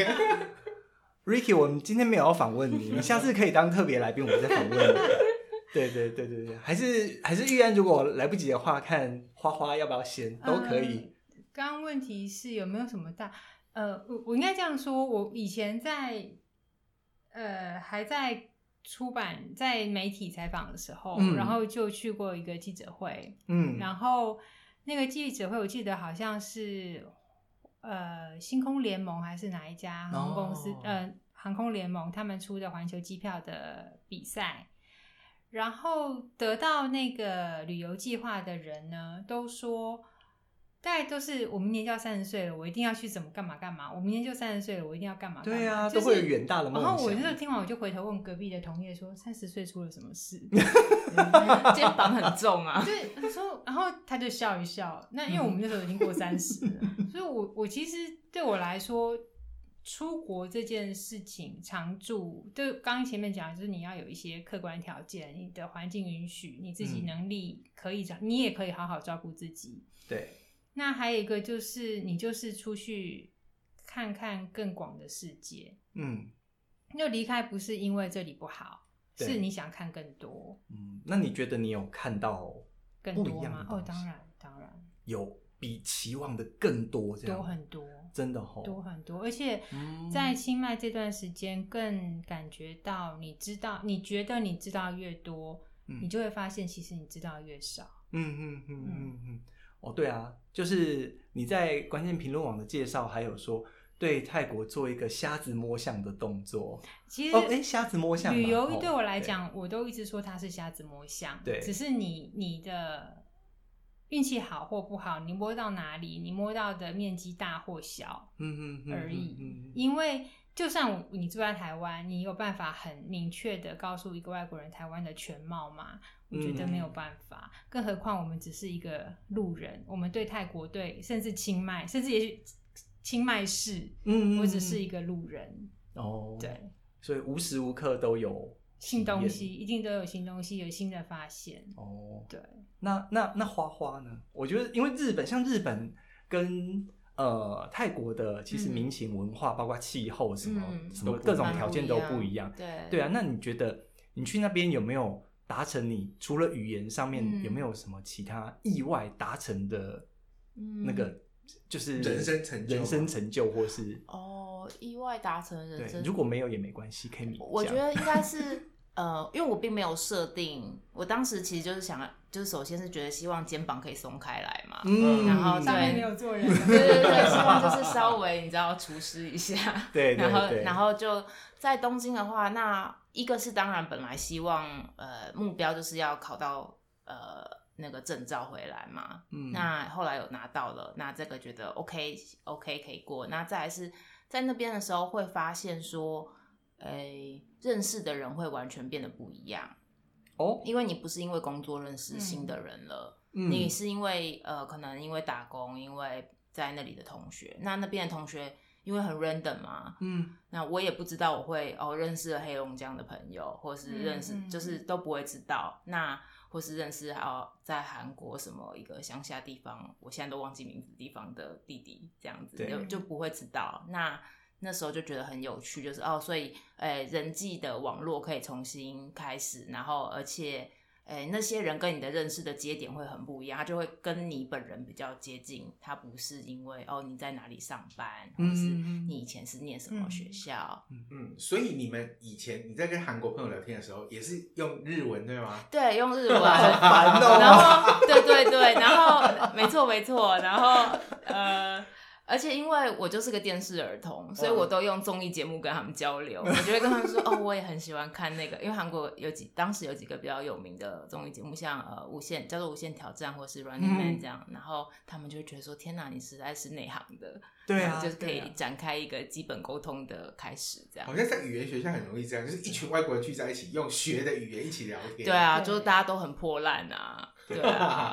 Ricky， 我们今天没有要访问你，你下次可以当特别来宾，我们再访问你。对对对对对，还是还是玉安，如果来不及的话，看花花要不要先都可以。 刚刚、呃、问题是有没有什么大？呃，我我应该这样说，我以前在呃还在。出版在媒体采访的时候、嗯、然后就去过一个记者会，嗯，然后那个记者会我记得好像是呃星空联盟还是哪一家航空公司、哦、呃航空联盟他们出的环球机票的比赛，然后得到那个旅游计划的人呢都说大概都是我明年就要三十岁了，我一定要去怎么干嘛干嘛。我明年就三十岁了，我一定要干嘛干嘛。 对啊， 就是、 都会有远大的梦想。 然后我那时候听完，我就回头问隔壁的同业说：“三十岁出了什么事？” 肩膀很重啊。 对，他说，然后他就笑一笑。那因为我们那时候已经过三十了，所以我我其实对我来说，出国这件事情，常住，就刚刚前面讲，就是你要有一些客观条件，你的环境允许，你自己能力可以，嗯、你也可以好好照顾自己。 对。 那还有一个就是你就是出去看看更广的世界，嗯，就离开不是因为这里不好，是你想看更多。 嗯，那你觉得你有看到更多吗？哦，当然当然有比期望的更多，这样多很多， 真的齁， 多很多。而且在清迈这段时间更感觉到，你知道你觉得你知道越多、嗯、你就会发现其实你知道越少。 嗯嗯嗯嗯嗯。哦，对啊，就是你在关键评论网的介绍，还有说对泰国做一个瞎子摸象的动作。 其实， 哦，哎，瞎子摸象， 旅游对我来讲、哦，我都一直说它是瞎子摸象。 对， 只是你你的运气好或不好，你摸到哪里，你摸到的面积大或小，嗯嗯而已。嗯嗯嗯、因为就算你住在台湾，你有办法很明确的告诉一个外国人台湾的全貌吗？我觉得没有办法、嗯、更何况我们只是一个路人，我们对泰国对甚至清迈甚至也许清迈市、嗯、我只是一个路人哦，对， 所以无时无刻都有新东西，一定都有新东西，有新的发现哦。对， 那那那花花呢？我觉得因为日本像日本跟呃泰国的其实民情文化、嗯、包括气候什么、嗯、什么各种条件都不一样。 对对啊，那你觉得你去那边有没有达成你除了语言上面、嗯、有没有什么其他意外达成的那个、嗯、就是人生成就人生成就或是哦意外达成人生， 对，如果没有也没关系，可以勉强。 我觉得应该是呃，因为我并没有设定，我当时其实就是想，就是首先是觉得希望肩膀可以松开来嘛，嗯，然后上面没有做人， 对对对，希望就是稍微你知道除湿一下， 对， 然后然后就在东京的话，那一个是当然本来希望呃目标就是要考到呃那个证照回来嘛，嗯，那后来有拿到了，那这个觉得 OK OK 可以过，那再来是在那边的时候会发现说。诶，认识的人会完全变得不一样哦，因为你不是因为工作认识新的人了，嗯、你是因为呃，可能因为打工，因为在那里的同学，那那边的同学因为很 random 嘛，嗯，那我也不知道我会哦认识了黑龙江的朋友，或是认识、嗯、就是都不会知道，那或是认识哦在韩国什么一个乡下地方，我现在都忘记名字地方的弟弟，这样子就就不会知道那。那时候就觉得很有趣，就是哦，所以呃，人际的网络可以重新开始，然后而且呃，那些人跟你的认识的节点会很不一样，他就会跟你本人比较接近，他不是因为哦你在哪里上班，或是你以前是念什么学校， 嗯嗯，所以你们以前你在跟韩国朋友聊天的时候，也是用日文对吗？ 对，用日文， 好烦哦。 然后对对对，然后没错没错，然后呃。而且因为我就是个电视儿童，所以我都用综艺节目跟他们交流。我就会跟他们说，哦，我也很喜欢看那个，因为韩国有几当时有几个比较有名的综艺节目，像呃无限叫做无限挑战或是 Running Man 这样、嗯，然后他们就会觉得说，天哪，你实在是内行的， 对啊， 就是可以展开一个基本沟通的开始，这样。 好像在语言学校很容易这样，就是一群外国人聚在一起，用学的语言一起聊天。 对啊，就是大家都很破烂啊，对啊。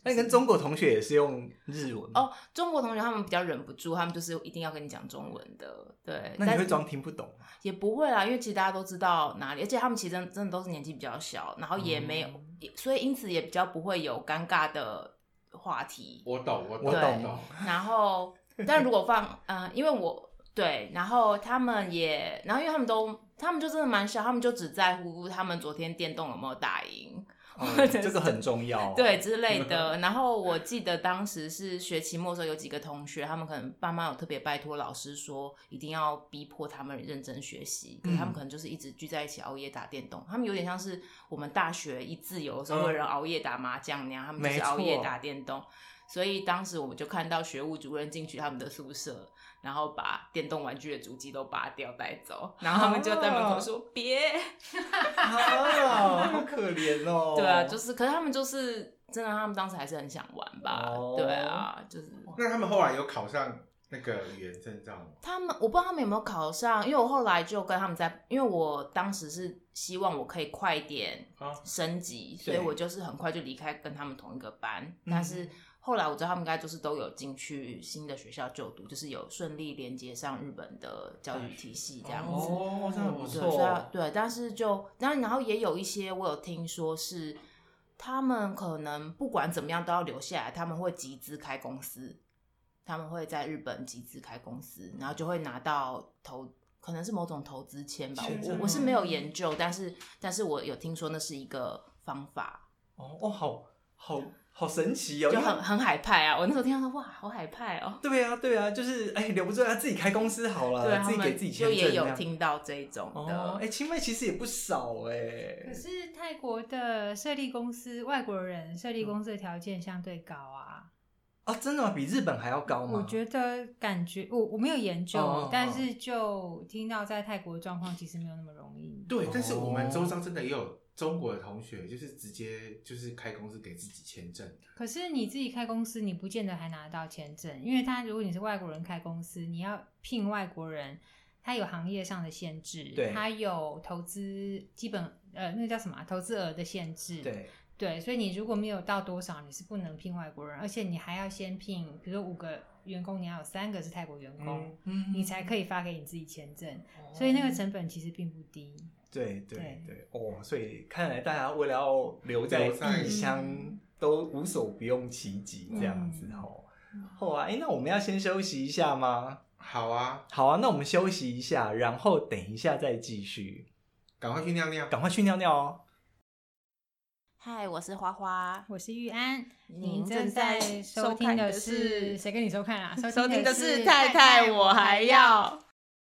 那跟中国同学也是用日文哦？中国同学他们比较忍不住，他们就是一定要跟你讲中文的。对， 那你会装听不懂吗？ 也不会啦，因为其实大家都知道哪里，而且他们其实真真的都是年纪比较小，然后也没有，嗯、所以因此也比较不会有尴尬的话题。 我懂，我懂，我懂。 然后，但如果放，呃，因为我对，然后他们也，然后因为他们都，他们就真的蛮小，他们就只在乎他们昨天电动有没有打赢。 嗯、这个很重要， 对之类的。然后我记得当时是学期末的时候，有几个同学，他们可能爸妈有特别拜托老师说，一定要逼迫他们认真学习。可是他们可能就是一直聚在一起熬夜打电动，他们有点像是我们大学一自由的时候会有人熬夜打麻将那样，他们就是熬夜打电动。所以当时我们就看到学务主任进去他们的宿舍，然后把电动玩具的主机都拔掉带走，然后他们就在门口说别、 啊，好可怜哦。 对啊，就是，可是他们就是真的，他们当时还是很想玩吧。哦、对啊，就是。 那他们后来有考上那个语言证照吗？ 他们我不知道他们有没有考上，因为我后来就跟他们在，因为我当时是希望我可以快点升级，啊、所以我就是很快就离开跟他们同一个班，嗯、但是。后来我知道他们应该就是都有进去新的学校就读，就是有顺利连接上日本的教育体系这样子。 哦，这样不错。 对，对，但是就然后也有一些我有听说是他们可能不管怎么样都要留下来，他们会集资开公司，他们会在日本集资开公司，然后就会拿到投，可能是某种投资签吧。我我是没有研究，但是但是我有听说那是一个方法。 哦哦，好好。好神奇哦， 就很很海派啊！我那时候听到说，哇，好海派哦。 对啊，对啊，就是哎，留不住他自己开公司好了， 对， 自己给自己签证。 就也有听到这种的。 哦，哎，清迈其实也不少哎。 可是泰国的设立公司，外国人设立公司的条件相对高啊。 啊，真的吗？比日本还要高吗？ 我觉得感觉我我没有研究，哦、但是就听到在泰国的状况其实没有那么容易。 对，但是我们周遭真的也有中国的同学，就是直接就是开公司给自己签证。 可是你自己开公司，你不见得还拿得到签证，因为他如果你是外国人开公司，你要聘外国人，他有行业上的限制， 对， 他有投资基本呃那叫什么投资额的限制， 对。 对，所以你如果没有到多少，你是不能聘外国人，而且你还要先聘，比如说五个员工，你要有三个是泰国员工，嗯、你才可以发给你自己签证，哦、所以那个成本其实并不低。 对对 对, 对哦，所以看来大家为了要留在异乡，嗯、都无所不用其极这样子哦。好啊，哎，那我们要先休息一下吗？ 好啊， 好啊，那我们休息一下，然后等一下再继续。 赶快去尿尿， 赶快去尿尿哦。 嗨，我是花花， 我是玉安。 您正在收听的是谁跟你收看啊？ 收听的是太太我还要。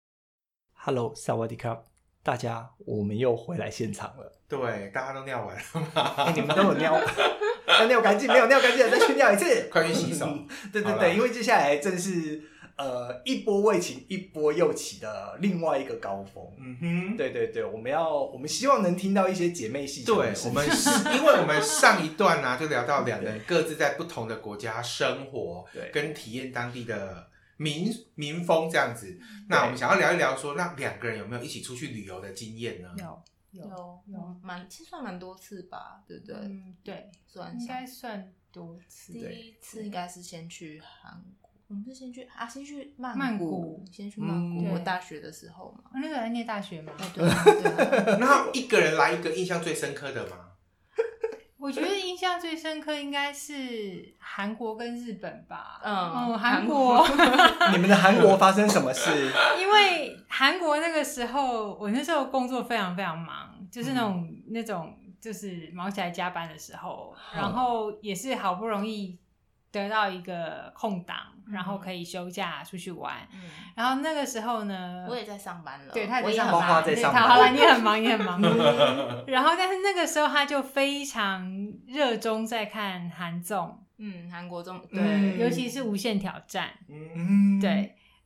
Hello， 萨瓦迪卡，大家，我们又回来现场了。 对，大家都尿完了吗？ 欸、你们都有尿，要尿干净，没有尿干净的再去尿一次， 快去洗手。 对对对，因为接下来正是。呃，一波未平，一波又起的另外一个高峰。嗯哼，对对对，我们要，我们希望能听到一些姐妹戏。 对，我们因为我们上一段呢、啊，就聊到两人各自在不同的国家生活，对，跟体验当地的民民风这样子。那我们想要聊一聊说，那两个人有没有一起出去旅游的经验呢？ 有。有有蛮，其实算蛮多次吧，对不对？ 嗯，对， 算应该算多次。 第一次应该是先去韩国。我们是先去啊，先去曼谷， 曼谷先去曼谷。嗯、我大学的时候嘛， 那个还念大学吗？ 对啊，对啊。 然后一个人来一个印象最深刻的吗？ 我觉得印象最深刻应该是韩国跟日本吧。 嗯， 嗯韩国。 你们的韩国发生什么事？ 因为韩国那个时候，我那时候工作非常非常忙，就是那种、嗯、那种就是忙起来加班的时候，然后也是好不容易得到一个空档，然后可以休假出去玩。嗯、然后那个时候呢， 我也在上班了， 对，他也在上班， 在上班。 好了，你很忙，你很忙。然后，但是那个时候他就非常热衷在看韩综， 嗯，韩国综，对、 嗯，尤其是《无限挑战》，嗯，对。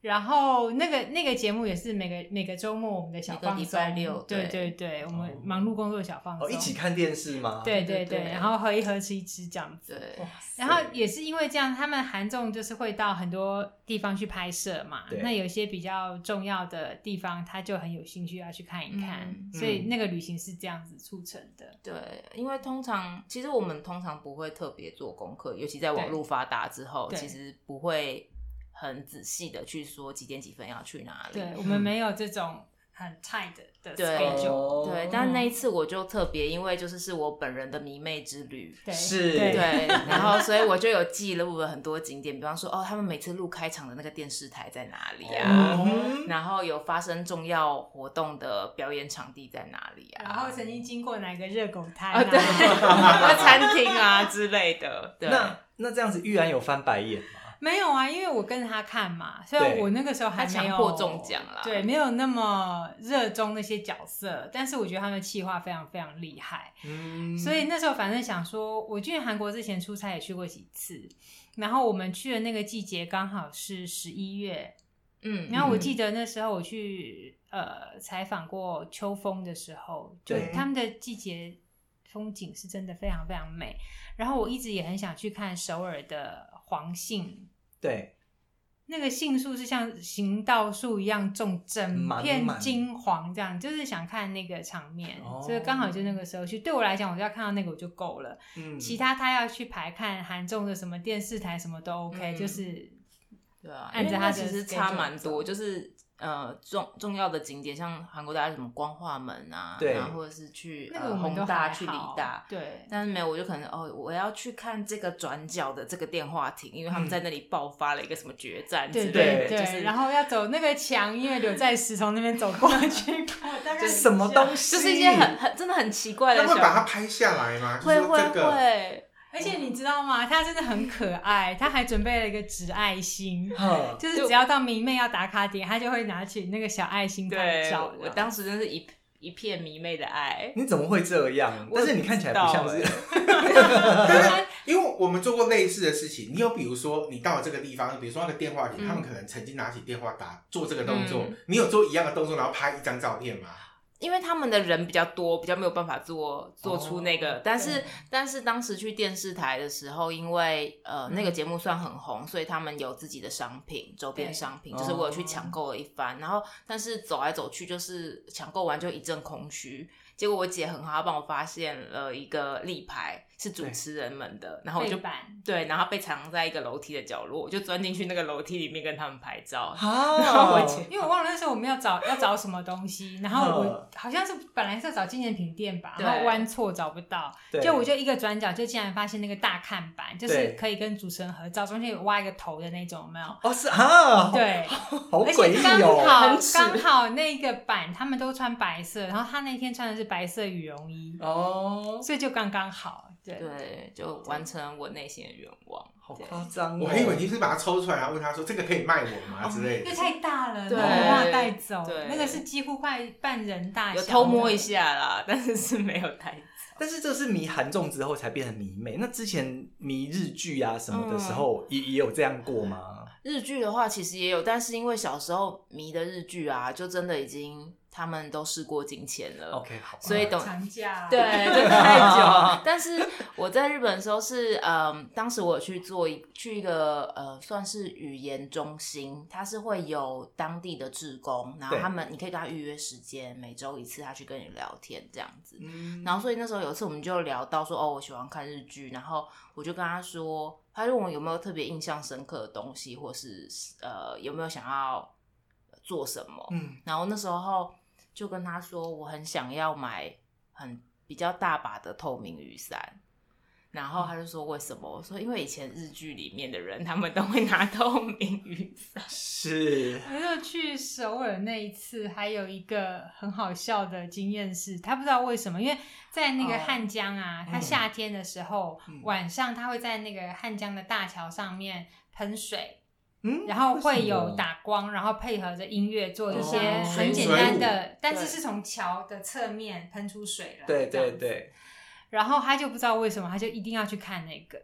然后那个那个节目也是每个每个周末我们的小放松， 礼拜六， 对对对，我们忙碌工作的小放松， 哦，一起看电视吗？ 对对对，然后喝一喝吃一吃这样子。 对， 然后也是因为这样，他们韩综就是会到很多地方去拍摄嘛，那有些比较重要的地方，他就很有兴趣要去看一看，嗯、所以那个旅行是这样子促成的。 对，因为通常其实我们通常不会特别做功课，尤其在网络发达之后，其实不会很仔细的去说几点几分要去哪里。 对，我们没有这种很 tight 的 schedule。 对，但那一次我就特别，因为就是是我本人的迷妹之旅， 对， 是， 对，然后所以我就有记录了很多景点，比方说哦，他们每次录开场的那个电视台在哪里啊？哦、然后有发生重要活动的表演场地在哪里啊？ 然后曾经经过哪个热狗摊啊？ 啊对，餐厅啊之类的。对， 那那这样子，玉安有翻白眼吗？ 没有啊，因为我跟他看嘛，所以我那个时候还没有强迫中奖啦， 对，没有那么热衷那些角色，但是我觉得他们企划非常非常厉害，嗯，所以那时候反正想说，我去韩国之前出差也去过几次，然后我们去的那个季节刚好是十一月，嗯，然后我记得那时候我去呃采访过秋风的时候，就他们的季节风景是真的非常非常美，然后我一直也很想去看首尔的黄杏。 对， 那个杏树是像行道树一样种整片金黄，这样就是想看那个场面，哦、所以刚好就那个时候去。对我来讲，我只要看到那个我就够了。嗯，其他他要去排看韩综的什么电视台什么都 OK，、嗯、就是对啊，按照他其实差蛮多，就是呃重重要的景点，像韩国大家什么光化门啊，对，然后或者是去呃弘大、去梨大， 对， 但是没有，我就可能哦，我要去看这个转角的这个电话亭，因为他们在那里爆发了一个什么决战之类的， 对对对， 就是然后要走那个墙，因为刘在石从那边走过去，大概什么东西， 就是一些很很真的很奇怪的小， 他会把它拍下来吗？ 会会会。这会而且你知道吗？他真的很可爱，他还准备了一个纸爱心，就是只要到迷妹要打卡点，他就会拿起那个小爱心拍照。 我当时真是一一片迷妹的爱。 你怎么会这样？但是你看起来不像是。 因为我们做过类似的事情，你有比如说你到了这个地方，比如说那个电话亭，嗯、他们可能曾经拿起电话打做这个动作，嗯、你有做一样的动作，然后拍一张照片吗？ 因为他们的人比较多，比较没有办法做做出那个，哦、但是但是当时去电视台的时候，因为呃、嗯、那个节目算很红，所以他们有自己的商品，周边商品，就是我有去抢购了一番，然后但是走来走去就是抢购完就一阵空虚，结果我姐很好，她帮我发现了一个立牌是主持人们的，然后我就对，然后被藏在一个楼梯的角落，我就钻进去那个楼梯里面跟他们拍照。然后我姐， 因为我忘了那时候我们要找要找什么东西，然后我好像是本来是要找纪念品店吧，然后弯错找不到，就我就一个转角就竟然发现那个大看板，就是可以跟主持人合照，中间有挖一个头的那种，有没有？ 哦，是啊， 对， 好诡异哦， 而且刚好刚好那个板他们都穿白色，然后他那天穿的是白色羽绒衣，哦，所以就刚刚好。对, 对，就完成我内心的愿望， 好夸张！ 我还以为你是把它抽出来，然后问他说：“这个可以卖我吗？”之类的。 那太大了，对，没办法带走。那个是几乎快半人大小。 有偷摸一下啦，但是是没有带走。 但是这是迷韩综之后才变成迷妹，那之前迷日剧啊什么的时候，也、嗯、也有这样过吗？ 日剧的话，其实也有，但是因为小时候迷的日剧啊，就真的已经。他们都事过境迁了 ，OK， 好， 所以等长假， 对，就太久。但是我在日本的时候是，嗯，当时我有去做一去一个呃，算是语言中心，它是会有当地的志工，然后他们你可以跟他预约时间，每周一次，他去跟你聊天这样子。嗯、然后所以那时候有一次我们就聊到说，哦，我喜欢看日剧，然后我就跟他说，他问我有没有特别印象深刻的东西，或是呃有没有想要做什么。嗯，然后那时候。就跟他说我很想要买很比较大把的透明雨伞，然后他就说为什么？我说因为以前日剧里面的人他们都会拿透明雨伞。 是。 我就去首尔那一次还有一个很好笑的经验是，他不知道为什么，因为在那个汉江啊，他、哦、夏天的时候、嗯、晚上他会在那个汉江的大桥上面喷水。嗯，然后会有打光，然后配合着音乐做一些很简单的，哦、但是是从桥的侧面喷出水来。 对对对。 然后他就不知道为什么，他就一定要去看那个。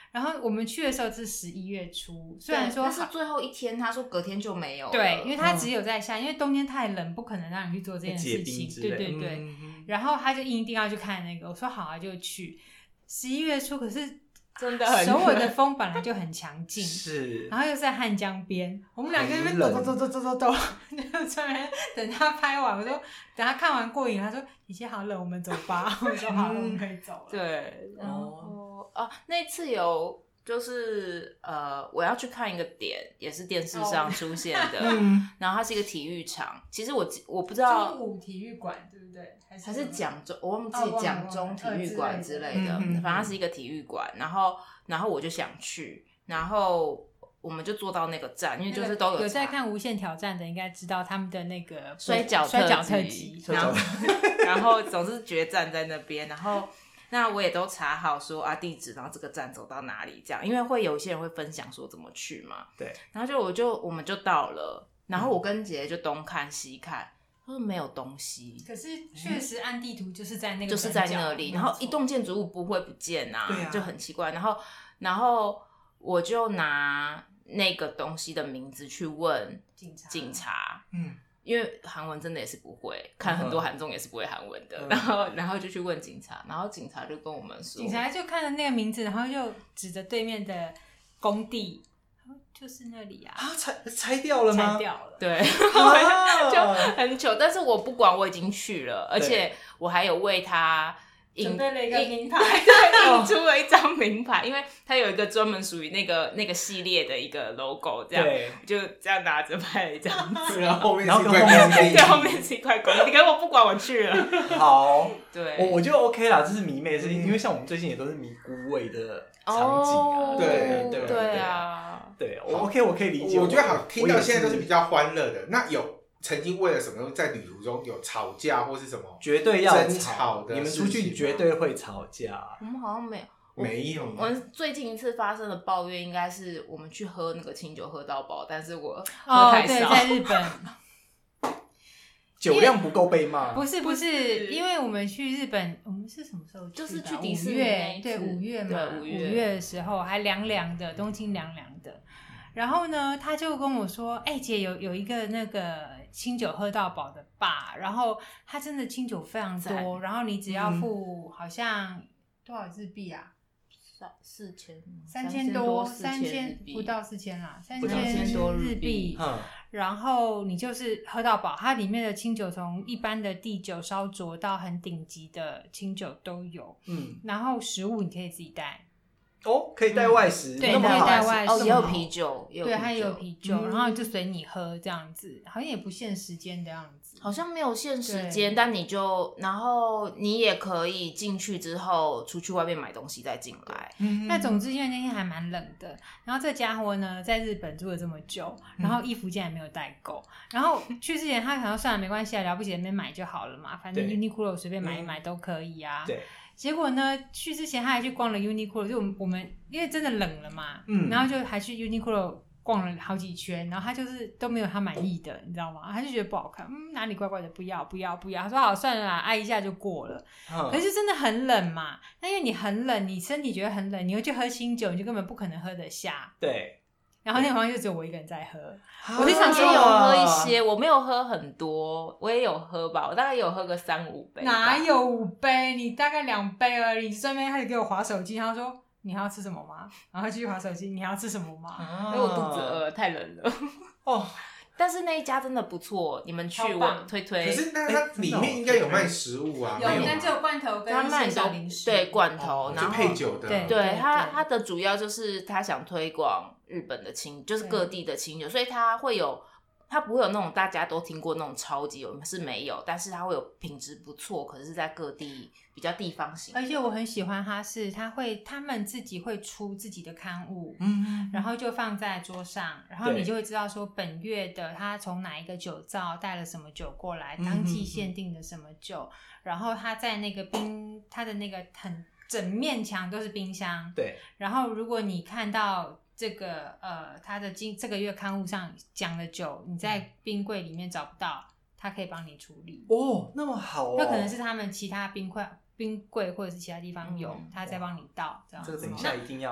然后我们去的时候是十一月初，虽然说但是最后一天，他说隔天就没有了。 对，因为他只有在下，嗯、因为冬天太冷，不可能让你去做这件事情。对对对。嗯、然后他就硬定要去看那个，我说好啊，就去。十一月初，可是真的很首尔的风本来就很强劲， 是， 然后又在汉江边，我们两个在那边抖抖抖抖抖抖，就在那边等他拍完。我说等他看完过瘾，他说姐姐好冷，我们走吧。我说好了，我们可以走了。 对，然后啊，那次有就是呃，我要去看一个点，也是电视上出现的，哦、然后它是一个体育场。其实我我不知道中武体育馆对不对？还是还是蒋中，我忘记蒋中体育馆之类的，反正它是一个体育馆。然后然后我就想去，然后我们就坐到那个站，因为就是都有、 那個、有在看《无限挑战》的，应该知道他们的那个摔跤摔跤特辑， 然后然后总是决战在那边，然后。那我也都查好说啊地址，然后这个站走到哪里这样，因为会有一些人会分享说怎么去嘛。 对。 然后就我就我们就到了，然后我跟姐姐就东看西看，他说没有东西。 可是确实按地图就是在那个就是在那里，然后一栋建筑物不会不见啊， 对啊就很奇怪。然后然后我就拿那个东西的名字去问警察，警察嗯。因为韩文真的也是不会，看很多韩综也是不会韩文的，嗯、然后然后就去问警察，然后警察就跟我们说， 警察就看了那个名字，然后就指着对面的工地，就是那里啊， 啊拆拆掉了吗？ 拆掉了， 对，啊、就很久，但是我不管，我已经去了，而且我还有为他。 准备了一个名牌， 对，印出了一张名牌，因为它有一个专门属于那个那个系列的一个 logo， 这样就这样拿着拍这样子， 然后后面是一块工地， 对，后面是一块工地，可是我不管，我去了。 好， 对， 我我觉得 OK 啦，这是迷妹的事情，因为像我们最近也都是迷孤味的场景啊， 哦、 对对对啊， 对，我 OK， 我可以理解。 我觉得好，听到现在都是比较欢乐的，那有。曾经为了什么东西在旅途中有吵架或是什么？ 绝对要争吵的， 你们出去绝对会吵架。 我们好像没有， 没有。 我们最近一次发生的抱怨应该是我们去喝那个清酒喝到饱，但是我喝太少。 哦、对，在日本酒量不够被骂。 不是不是，因为我们去日本，我们是什么时候去的？ 就是去迪士尼， 对，五月嘛， 五月五月的时候还凉凉的，东京凉凉的。然后呢，他就跟我说：“哎、欸，姐，有有一个那个清酒喝到饱的吧，然后他真的清酒非常多，然后你只要付好像多少日币啊？ 三四千， 三千多，三千不到四千啦，三千多日币。嗯，然后你就是喝到饱，它里面的清酒从一般的地酒烧灼到很顶级的清酒都有。嗯，然后食物你可以自己带。” 哦，可以带外食， 嗯、对，可以带外食， 哦，也有啤酒， 对，它也有啤酒，嗯、然后就随你喝这样子，好像也不限时间的样子， 好像没有限时间，但你就，然后你也可以进去之后出去外面买东西再进来。 嗯、那总之因为那天还蛮冷的，然后这家伙呢在日本住了这么久，然后衣服竟然没有带够，嗯、然后去之前他想说算了没关系啊，了不起那边买就好了嘛，反正 Uniqlo 随便买一买都可以啊。 对。 结果呢，去之前他还去逛了 Uniqlo， 就我们我们因为真的冷了嘛，嗯，然后就还去 Uniqlo 逛了好几圈，然后他就是都没有他满意的，你知道吗？他就觉得不好看，嗯，哪里怪怪的，不要不要不要。他说好算了啦，挨一下就过了。嗯、可是真的很冷嘛，那因为你很冷，你身体觉得很冷，你又去喝清酒，你就根本不可能喝得下。 对。 然后那好像就只有我一个人在喝， 我就想说有喝一些，我没有喝很多，我也有喝吧，我大概有喝个三五杯。 哪有五杯？你大概两杯而已。顺便开始给我滑手机，他说你还要吃什么吗？然后继续滑手机，你还要吃什么吗？ 因为我肚子饿，太冷了。哦，但是那一家真的不错，你们去我推推。 可是那它里面应该有卖食物啊， 有，但只有罐头跟一些小零食。 对，罐头，然后配酒的。 对， 对，它它的主要就是他想推广日本的清，就是各地的清酒，所以它会有，它不会有那种大家都听过那种超级有，是没有，但是它会有品质不错，可是在各地比较地方型。 而且我很喜欢它是，它会他们自己会出自己的刊物，嗯，然后就放在桌上，然后你就会知道说本月的它从哪一个酒造带了什么酒过来，当季限定的什么酒，然后它在那个冰，它的那个很整面墙都是冰箱， 对， 然后如果你看到这个呃，它的今这个月刊物上讲的酒，你在冰柜里面找不到，它可以帮你处理。 哦，那么好哦。 那可能是他们其他冰块、冰柜或者是其他地方有，嗯、他再帮你倒。这样。 这个等一下一定要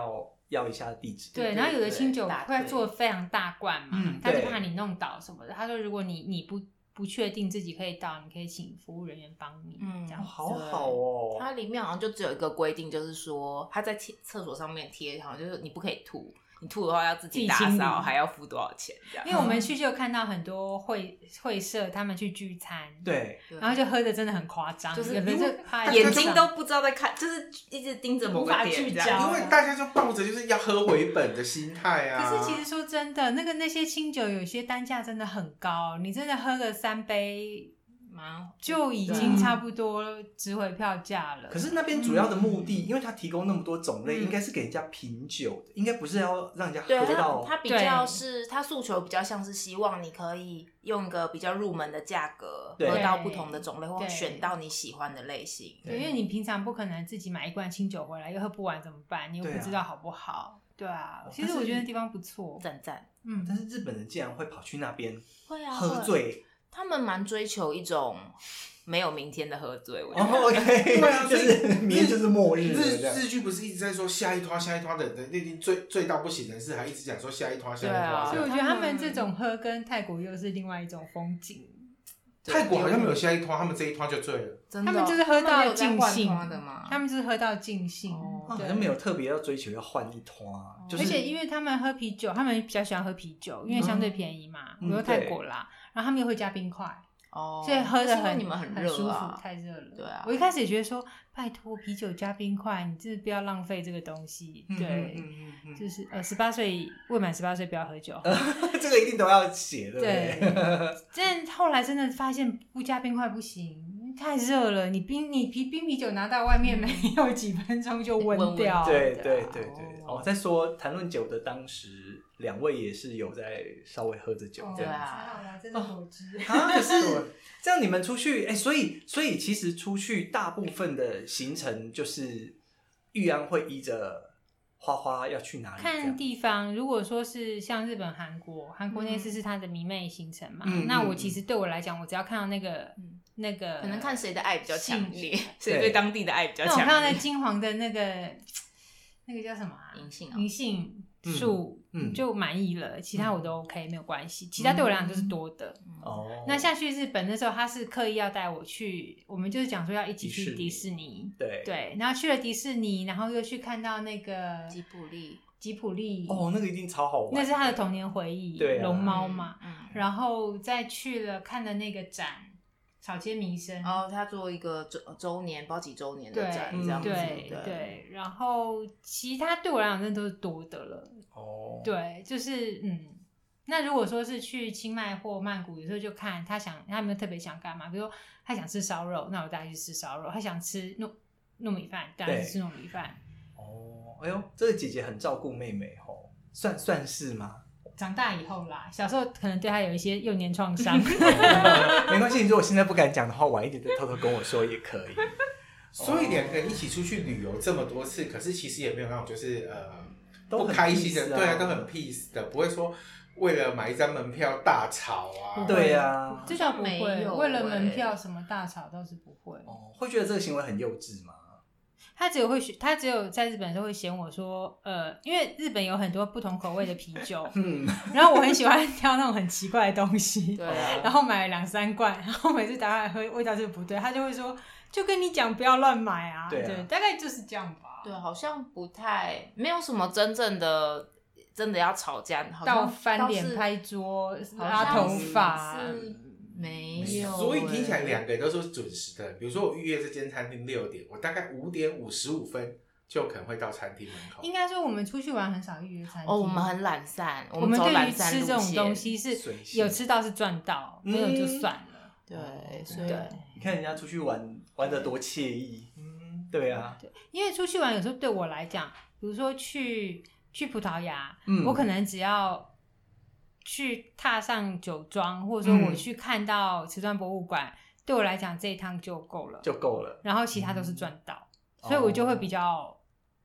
要一下地址。 对，然后有的清酒会做非常大罐嘛， 嗯， 他就怕你弄倒什么的。他说如果你你不不确定自己可以倒，你可以请服务人员帮你。嗯，这样好好哦。 它里面好像就只有一个规定，就是说他在厕所上面贴，好像就是你不可以吐。你吐的话要自己打扫，还要付多少钱？这样， 因为我们去就有看到很多会会社他们去聚餐， 对， 然后就喝的真的很夸张， 就是有的就眼睛都不知道在看，就是一直盯着某个点，这样， 因为大家就抱着就是要喝回本的心态啊。 可是其实说真的，那个那些清酒有些单价真的很高，你真的喝个三杯。就已经差不多值回票价了。 可是那边主要的目的，嗯、因为它提供那么多种类，嗯、应该是给人家品酒的，应该不是要让人家喝到。 它比较是它诉求比较像是希望你可以用一个比较入门的价格喝到不同的种类，或选到你喜欢的类型。 对，因为你平常不可能自己买一罐清酒回来，又喝不完怎么办？你又不知道好不好。对啊，对啊，其实我觉得那地方不错， 赞赞。 嗯，但是日本人竟然会跑去那边会啊喝醉。 他们蛮追求一种没有明天的喝醉，我觉得。Oh, OK， 对啊，就是明天就是末日了。 日日剧不是一直在说下一拖下一拖的，那已经醉醉到不行的事，还一直讲说下一拖下一拖。 啊，所以我觉得他们这种喝跟泰国又是另外一种风景。 泰国好像没有下一拖，他们这一拖就醉了。 真的，他们就是喝到尽兴的嘛。他们就是喝到尽兴， 好像没有特别要追求要换一拖。 而且因为他们喝啤酒，他们比较喜欢喝啤酒，因为相对便宜嘛。比如泰国啦。然后他们又会加冰块，哦，所以喝的很你们很热、啊、很舒服，太热了。 对啊， 我一开始也觉得说，拜托啤酒加冰块，你真的不要浪费这个东西。嗯、对，嗯嗯嗯、就是呃，十八岁未满十八岁不要喝酒， 这个一定都要写，对不对？ 对。但后来真的发现不加冰块不行，太热了。你冰你啤冰啤酒拿到外面没有几分钟就温掉。 对对对对。哦，在说谈论酒的当时。两位也是有在稍微喝着酒， 对啊，真的果汁啊。可是这样你们出去，哎、欸，所以所以其实出去大部分的行程就是玉安会依着花花要去哪里看地方。如果说是像日本、韩国，韩国那次是他的迷妹行程嘛，嗯、那我其实对我来讲，我只要看到那个、嗯、那个， 可能看谁的爱比较强烈，谁对当地的爱比较强烈。 那我看到那金黄的那个那个叫什么啊？ 银杏、 哦，银杏。树、嗯、就满意了，其他我都 OK、嗯、没有关系，其他对我来讲就是多的。哦、嗯，那下去日本的时候，他是刻意要带我去，我们就是讲说要一起去迪士尼， 对对，然后去了迪士尼，然后又去看到那个吉普力， 吉普力， 哦，那个一定超好玩， 那是他的童年回忆， 对、啊， 龙猫嘛，嗯，然后再去了看了那个展。草间弥生哦，他做一个周周年，不知道几周年的展，这样子， 对 对, 对。然后其他对我来讲真的都是多的了。哦，对，就是嗯，那如果说是去清迈或曼谷，有时候就看他想他有没有特别想干嘛，比如说他想吃烧肉，那我带他去吃烧肉；他想吃糯糯米饭，当然是吃糯米饭。 哦，哎呦，这个姐姐很照顾妹妹吼，算算是吗？ 长大以后啦，小时候可能对他有一些幼年创伤。 没关系，如果现在不敢讲的话，晚一点再偷偷跟我说也可以。 所以两个人一起出去旅游这么多次，可是其实也没有那种就是呃不开心的，对啊，都很 peace 的，不会说为了买一张门票大吵啊。 对啊， 至少不会为了门票什么大吵倒是不会。 哦，会觉得这个行为很幼稚吗？ 他只有会，他只有在日本的时候会嫌我说，呃，因为日本有很多不同口味的啤酒，嗯，然后我很喜欢挑那种很奇怪的东西，对、啊，然后买了两三罐，然后每次打开来喝，味道就不对，他就会说，就跟你讲不要乱买啊，对啊，对，大概就是这样吧。 对，好像不太，没有什么真正的真的要吵架，好像到翻脸拍桌、拉头发。 没有， 所以听起来两个人都是准时的。比如说我预约这间餐厅六点，我大概五点五十五分就可能会到餐厅门口。 应该说我们出去玩很少预约餐厅。 哦，我们很懒散， 我们对于吃这种东西是有吃到是赚到，没有就算了。 对，所以你看人家出去玩玩得多惬意。嗯，对啊。对， 因为出去玩有时候对我来讲，比如说去去葡萄牙，嗯、我可能只要。去踏上酒庄，或者说我去看到瓷砖博物馆、嗯，对我来讲这一趟就够了， 就够了。然后其他都是赚到、嗯，所以我就会比较，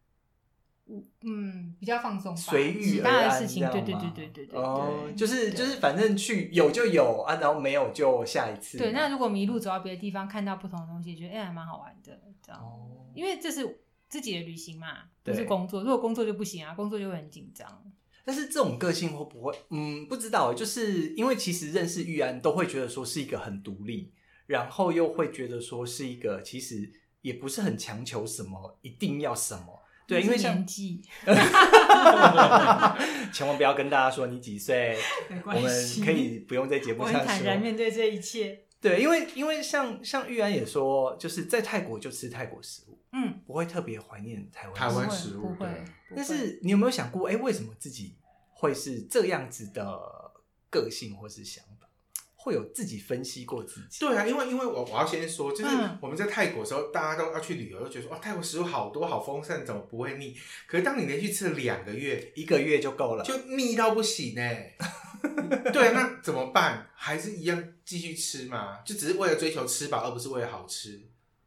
嗯，比较放松吧， 随遇而安，其他的事情， 对对对对对对， 哦，就是就是反正去有就有啊，然后没有就下一次。 对，那如果迷路走到别的地方，看到不同的东西，觉得哎还蛮好玩的，这样、哦，因为这是自己的旅行嘛，不是工作。如果工作就不行啊，工作就会很紧张。 但是这种个性会不会，嗯，不知道，就是因为其实认识玉安都会觉得说是一个很独立，然后又会觉得说是一个其实也不是很强求什么，一定要什么。对，因为像年纪， 千万不要跟大家说你几岁，我们可以不用在节目上说。 我很坦然面对这一切。 对，因为因为像像玉安也说，就是在泰国就吃泰国食物，嗯，不会特别怀念台湾台湾食物， 不会。 但是你有没有想过，哎，为什么自己会是这样子的个性或是想法？会有自己分析过自己？ 对啊，因为因为我我要先说，就是我们在泰国的时候，嗯、大家都要去旅游，就觉得说，哦，泰国食物好多，好丰盛，怎么不会腻？可是当你连续吃了两个月， 一个月就够了， 就腻到不行哎。对啊，那怎么办？还是一样继续吃嘛？就只是为了追求吃饱，而不是为了好吃。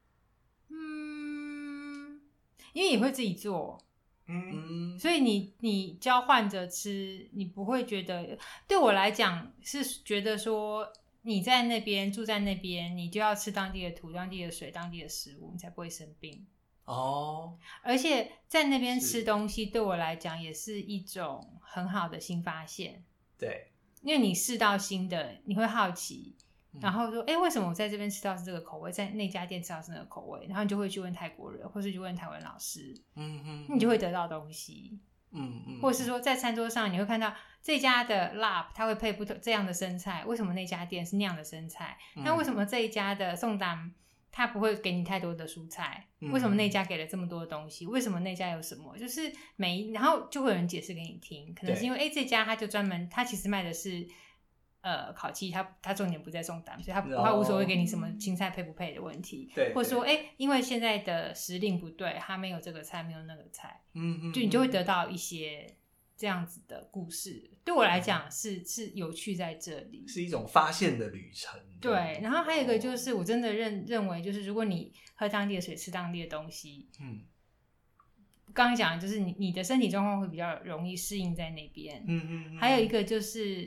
嗯，因为你会自己做。嗯，所以你你交换着吃，你不会觉得，对我来讲是觉得说你在那边住在那边，你就要吃当地的土、当地的水、当地的食物，你才不会生病哦。而且在那边吃东西对我来讲也是一种很好的新发现。 对， 因为你试到新的，你会好奇。然后说，哎，为什么我在这边吃到是这个口味，在那家店吃到是那个口味？然后你就会去问泰国人，或是去问台湾老师，嗯嗯，你就会得到东西，嗯嗯，或者是说在餐桌上你会看到这家的 lap 它会配不同这样的生菜，为什么那家店是那样的生菜？嗯、那为什么这一家的宋丹它不会给你太多的蔬菜？嗯、为什么那家给了这么多的东西？为什么那家有什么？就是每一，然后就会有人解释给你听，可能是因为哎这家它就专门，它其实卖的是。呃，烤鸡它它重点不在宋丹，所以它它无所谓给你什么青菜配不配的问题，对，或者说哎、欸，因为现在的时令不对，它没有这个菜，没有那个菜，嗯嗯，就你就会得到一些这样子的故事。对我来讲是、嗯、是有趣在这里， 是一种发现的旅程。 对，然后还有一个就是我真的认认为就是如果你喝当地的水，吃当地的东西，嗯，刚刚讲的就是你你的身体状况会比较容易适应在那边，嗯嗯嗯，还有一个就是。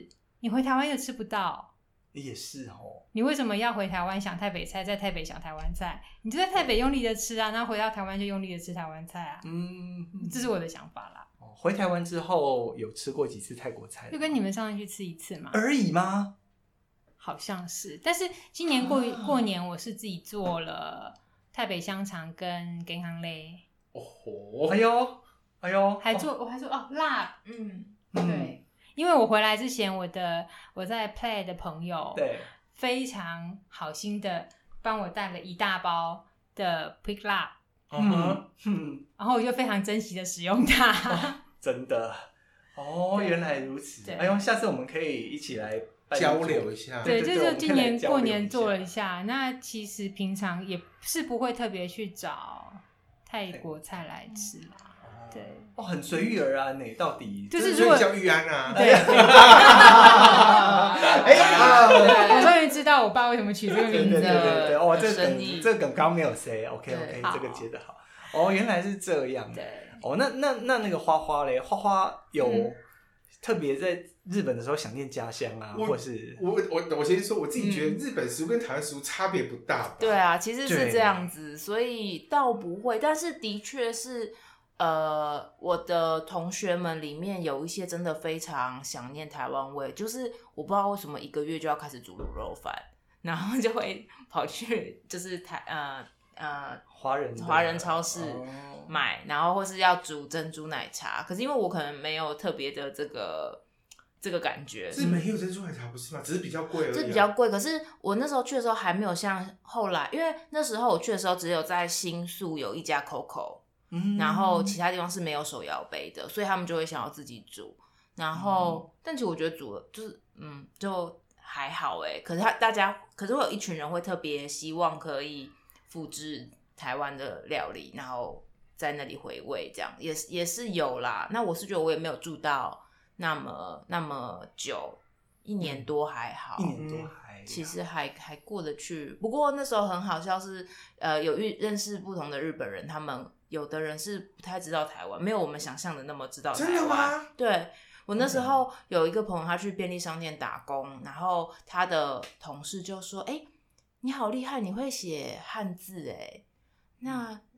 你回台湾又吃不到， 也是哦。 你为什么要回台湾想台北菜，在台北想台湾菜？你就在台北用力的吃啊，然后回到台湾就用力的吃台湾菜啊。嗯，这是我的想法啦。 哦、回台湾之后有吃过几次泰国菜？ 就跟你们上次去吃一次嘛。 而已吗？ 好像是，但是今年过、啊、过年我是自己做了台北香肠跟根香类。 哦，哎呦，哎呦， 还做、哦、我还做哦辣，嗯，对。嗯因为我回来之前，我的我在 Play 的朋友对非常好心的帮我带了一大包的 Pig Lab， 嗯嗯，然后我就非常珍惜的使用它。 哦、真的哦，原来如此。哎呦，下次我们可以一起来交流一下。 对，这就今年过年做了一下。那其实平常也是不会特别去找泰国菜来吃啦。对哦，很随遇而安呢、欸，到底就是如果叫玉安啊， 对，哎、我终于知道我爸为什么取这个名字了。 对对对对，哦，这个梗这个梗刚没有 say，OK OK， 这个接得好。哦，原来是这样。对，哦，那那那那个花花嘞，花花有、嗯、特别在日本的时候想念家乡啊，或是我我我先说，我自己觉得日本食物跟台湾食物差别不大吧、 嗯。对啊，其实是这样子，所以倒不会，但是的确是。呃，我的同学们里面有一些真的非常想念台湾味，就是我不知道为什么一个月就要开始煮卤肉饭，然后就会跑去就是台呃呃华人华人超市买，然后或是要煮珍珠奶茶。可是因为我可能没有特别的这个这个感觉， 日本也有珍珠奶茶不是吗？只是比较贵而已、啊。 这比较贵，可是我那时候去的时候还没有像后来，因为那时候我去的时候只有在新宿有一家 Coco。嗯、然后其他地方是没有手摇杯的，所以他们就会想要自己煮。然后，嗯、但其实我觉得煮了就是嗯，就还好哎。可是他大家，可是会有一群人会特别希望可以复制台湾的料理，然后在那里回味，这样也也是有啦。那我是觉得我也没有住到那么那么久，一年多还好， 一年多还其实还还过得去。不过那时候很好笑是，呃，有遇认识不同的日本人，他们。有的人是不太知道台湾，没有我们想象的那么知道台湾。 真的吗？ 对，我那时候有一个朋友，他去便利商店打工，然后他的同事就说：“哎、欸，你好厉害，你会写汉字哎，那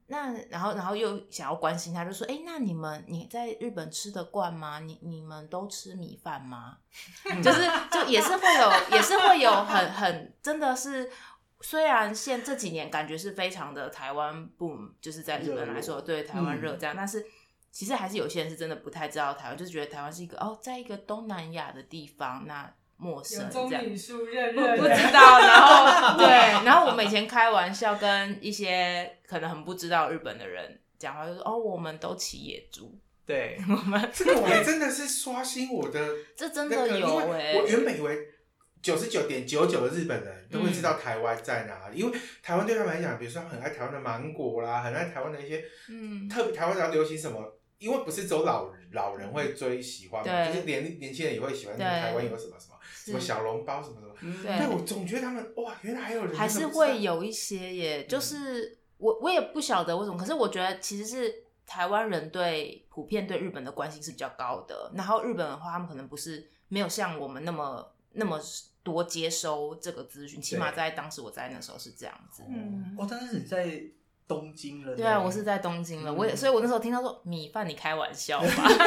那然后然后又想要关心他，就说：“哎、欸，那你们你在日本吃得惯吗？你你们都吃米饭吗？”就是就也是会有也是会有很很真的是，虽然现这几年感觉是非常的台湾 boom， 就是在日本来说对台湾热这样、嗯，但是其实还是有些人是真的不太知道台湾，就是觉得台湾是一个哦，在一个东南亚的地方那。陌生这样，有棕榈树热热的， 不知道。然后对，然后我们以前开玩笑跟一些可能很不知道日本的人讲话，就说哦，我们都骑野猪。 对， 我们这个我还真的是刷新我的、那个， 这真的有哎、 欸。我原本以为九十九点九九的日本人都会知道台湾在哪里、嗯，因为台湾对他们来讲，比如说很爱台湾的芒果啦，很爱台湾的一些，嗯，特别台湾要流行什么。因为不是只有老老人会追喜欢嘛，就是连年轻人也会喜欢。台湾有什么什么什么小笼包什么什么，嗯、但我总觉得他们哇，原来还有人还是会有一些耶，就是、嗯、我我也不晓得为什么，可是我觉得其实是台湾人对普遍对日本的关心是比较高的，然后日本的话，他们可能不是没有像我们那么那么多接收这个资讯，起码在当时我在那时候是这样子。 嗯，哦，但是你在。东京了， 对啊，我是在东京了，嗯、我也，所以我那时候听到说米饭，你开玩笑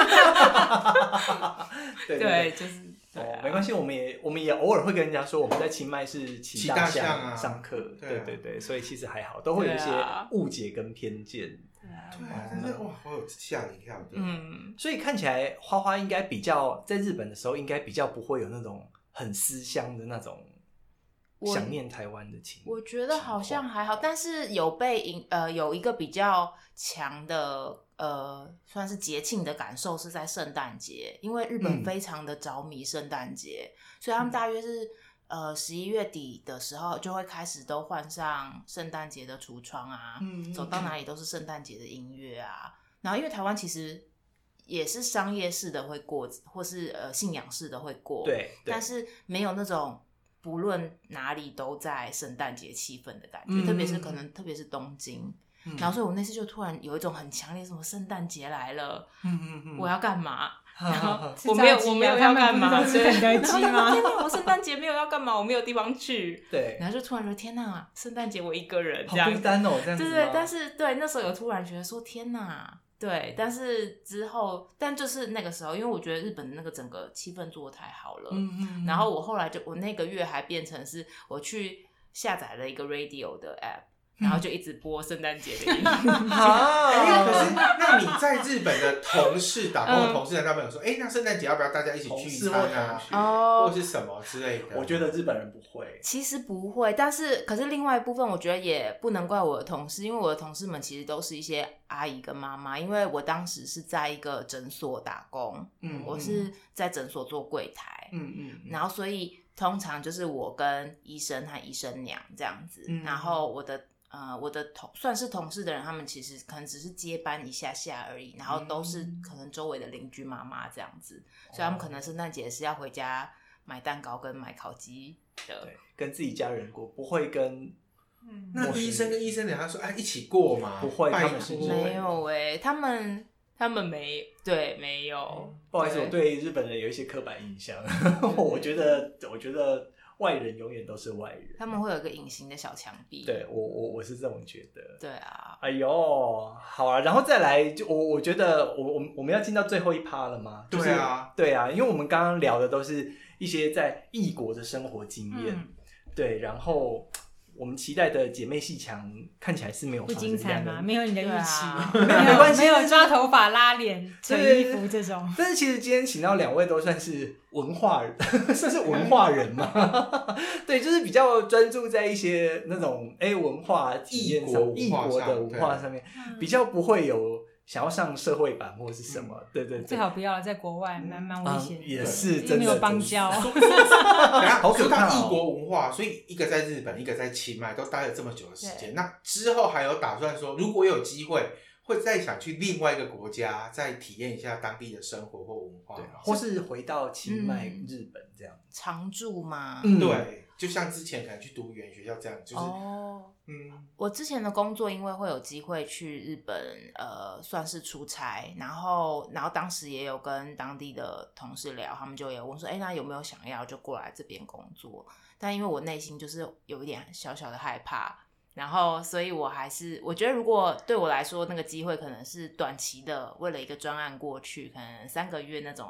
吧？对, 对, 对，就是、 对啊哦，没关系，我们也我们也偶尔会跟人家说我们在清迈是骑大象上课，对对对，所以其实还好，都会有一些误解跟偏见。 对啊，对啊，真的哇，我有吓了一跳。 嗯，所以看起来花花应该比较在日本的时候，应该比较不会有那种很思乡的那种。想念台湾的情， 我觉得好像还好，但是有被影呃有一个比较强的呃算是节庆的感受是在圣诞节，因为日本非常的着迷圣诞节、嗯，所以他们大约是呃十一月底的时候就会开始都换上圣诞节的橱窗啊、嗯，走到哪里都是圣诞节的音乐啊，然后因为台湾其实也是商业式的会过，或是呃信仰式的会过， 对, 对， 但是没有那种。不论哪里都在圣诞节气氛的感觉，嗯、特别是可能特别是东京、嗯，然后所以我那次就突然有一种很强烈，什么圣诞节来了、嗯嗯嗯，我要干嘛？然后我没有我没有要干嘛？ 是肯德基吗？ 天哪，我圣诞节没有要干嘛？我没有地方去。 对， 然后就突然觉得天哪，圣诞节我一个人，这样好孤单哦，这样子。 对对，但是对那时候有突然觉得说天哪。对，但是之后，但就是那个时候，因为我觉得日本的那个整个气氛做得太好了，嗯嗯，然后我后来就我那个月还变成是我去下载了一个 radio 的 app，、嗯、然后就一直播圣诞节的音乐。 好、欸，可是那你在日本的同事打工的同事，他们有说，哎、嗯欸，那圣诞节要不要大家一起聚餐啊？哦，或是什么之类的？ 我觉得日本人不会， 其实不会，但是可是另外一部分，我觉得也不能怪我的同事，因为我的同事们其实都是一些阿姨跟妈妈，因为我当时是在一个诊所打工，嗯，我是在诊所做柜台，嗯嗯，然后所以通常就是我跟医生和医生娘这样子，嗯、然后我的呃我的同算是同事的人，他们其实可能只是接班一下下而已，然后都是可能周围的邻居妈妈这样子，所以他们可能圣诞节是要回家买蛋糕跟买烤鸡的， 对，跟自己家人过，不会跟。 嗯、那医生跟医生俩说哎一起过吗？ 不会，他们是没有哎、欸，他们他们没对没有、嗯。 不好意思，我对日本人有一些刻板印象。我觉得我觉得外人永远都是外人。 他们会有一个隐形的小墙壁。 对我我我是这种觉得。 对啊。 哎呦，好啊，然后再来就我我觉得我我我们要进到最后一趴了吗？就是、 对啊， 对啊，因为我们刚刚聊的都是一些在异国的生活经验、嗯，对，然后。我们期待的姐妹戏墙看起来是没有不精彩吗？没有你的预期， 啊、没有关系， 没有抓头发、拉脸、扯衣服这种。 但是其实今天请到两位都算是文化人，算是文化人嘛。对，就是比较专注在一些那种哎、欸、文化体验上、异国的文化上面，比较不会有。想要上社会版或是什么、嗯、对对对， 最好不要了，在国外蛮蛮危险的、 嗯、也是真的没有邦交。 好可怕、哦、 说到异国文化，所以一个在日本一个在清迈都待了这么久的时间，那之后还有打算说如果有机会会再想去另外一个国家再体验一下当地的生活或文化， 对，或是回到清迈、嗯、日本这样常住吗？ 嗯，对，就像之前可能去读语言学校这样，就是哦，嗯，我之前的工作因为会有机会去日本，呃，算是出差，然后，然后当时也有跟当地的同事聊，他们就有问说，哎、欸，那有没有想要就过来这边工作？但因为我内心就是有一点小小的害怕， 然后所以我还是我觉得如果对我来说那个机会可能是短期的，为了一个专案过去可能三个月那种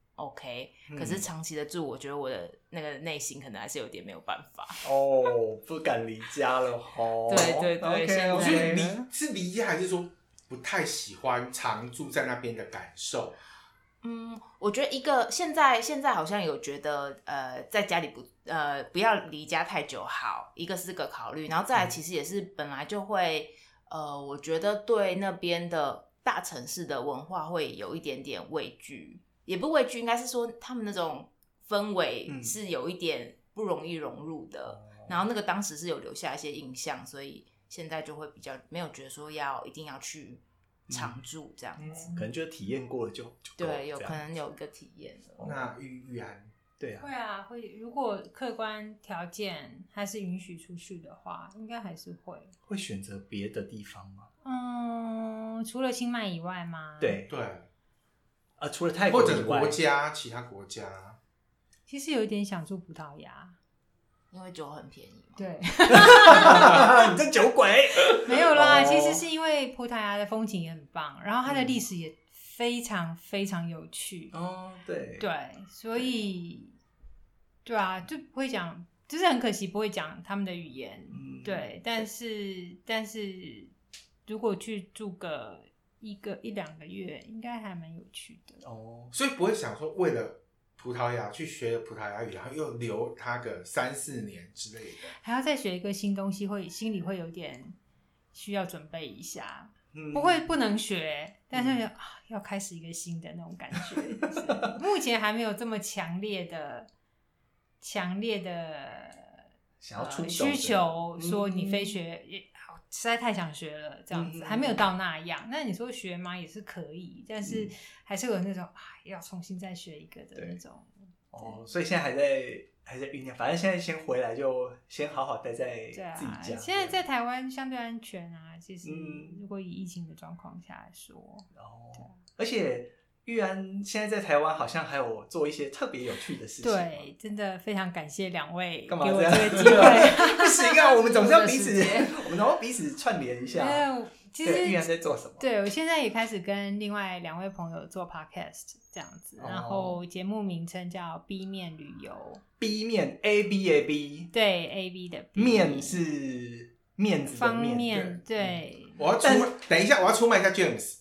OK，嗯，可是长期的住我觉得我的那个内心可能还是有点没有办法哦，不敢离家了哦。 对对对， okay, 我觉得离是离家还是说不太喜欢常住在那边的感受？ 嗯，我觉得一个现在现在好像有觉得呃在家里不呃不要离家太久好，一个是个考虑，然后再来其实也是本来就会呃我觉得对那边的大城市的文化会有一点点畏惧，也不畏惧，应该是说他们那种氛围是有一点不容易融入的，嗯，然后那个当时是有留下一些印象，所以现在就会比较没有觉得说要一定要去常住这样子， 嗯，可能就体验过了就就对，有可能有一个体验了。 那玉玉安， 对啊， 会啊，会。如果客观条件还是允许出去的话，应该还是会。 会选择别的地方吗？ 嗯，除了清迈以外吗？ 对对， 啊，除了泰国以外， 或者国家其他国家， 其实有一点想住葡萄牙。 因为酒很便宜嘛。 对， 你这酒鬼。 没有啦，哦，其实是因为葡萄牙的风景也很棒，然后它的历史也非常非常有趣。 哦，对对，所以对啊，就不会讲，就是很可惜不会讲他们的语言。嗯，对，但是但是如果去住个一个一两个月，应该还蛮有趣的。 哦，所以不会想说为了葡萄牙去学葡萄牙语，然后又留他个三四年之类的， 还要再学一个新东西，会心里会有点需要准备一下。 嗯， 不会不能学，但是，嗯啊，要开始一个新的那种感觉。就是目前还没有这么强烈的、强烈的想要出呃、需求，说你非学，嗯，实在太想学了，这样子，嗯，还没有到那样。那你说学吗？也是可以，但是还是有那种，啊，要重新再学一个的那种。 哦，所以现在还在还在酝酿，反正现在先回来就先好好待在自己家。 啊，现在在台湾相对安全啊，其实如果以疫情的状况下来说， 哦，而且玉安现在在台湾好像还有做一些特别有趣的事情。 对，真的非常感谢两位给我这个机会。 不行啊，我们总是要彼此，我们总要彼此串联一下。 其实玉安在做什么？ 对，我现在也开始跟另外两位朋友做 podcast 这样子，哦，然后节目名称叫 B 面旅游。 B 面 A B A B， 对 A B 的 B， 面是面子的面， 方面对。 我要出，等一下我要出卖一下 James。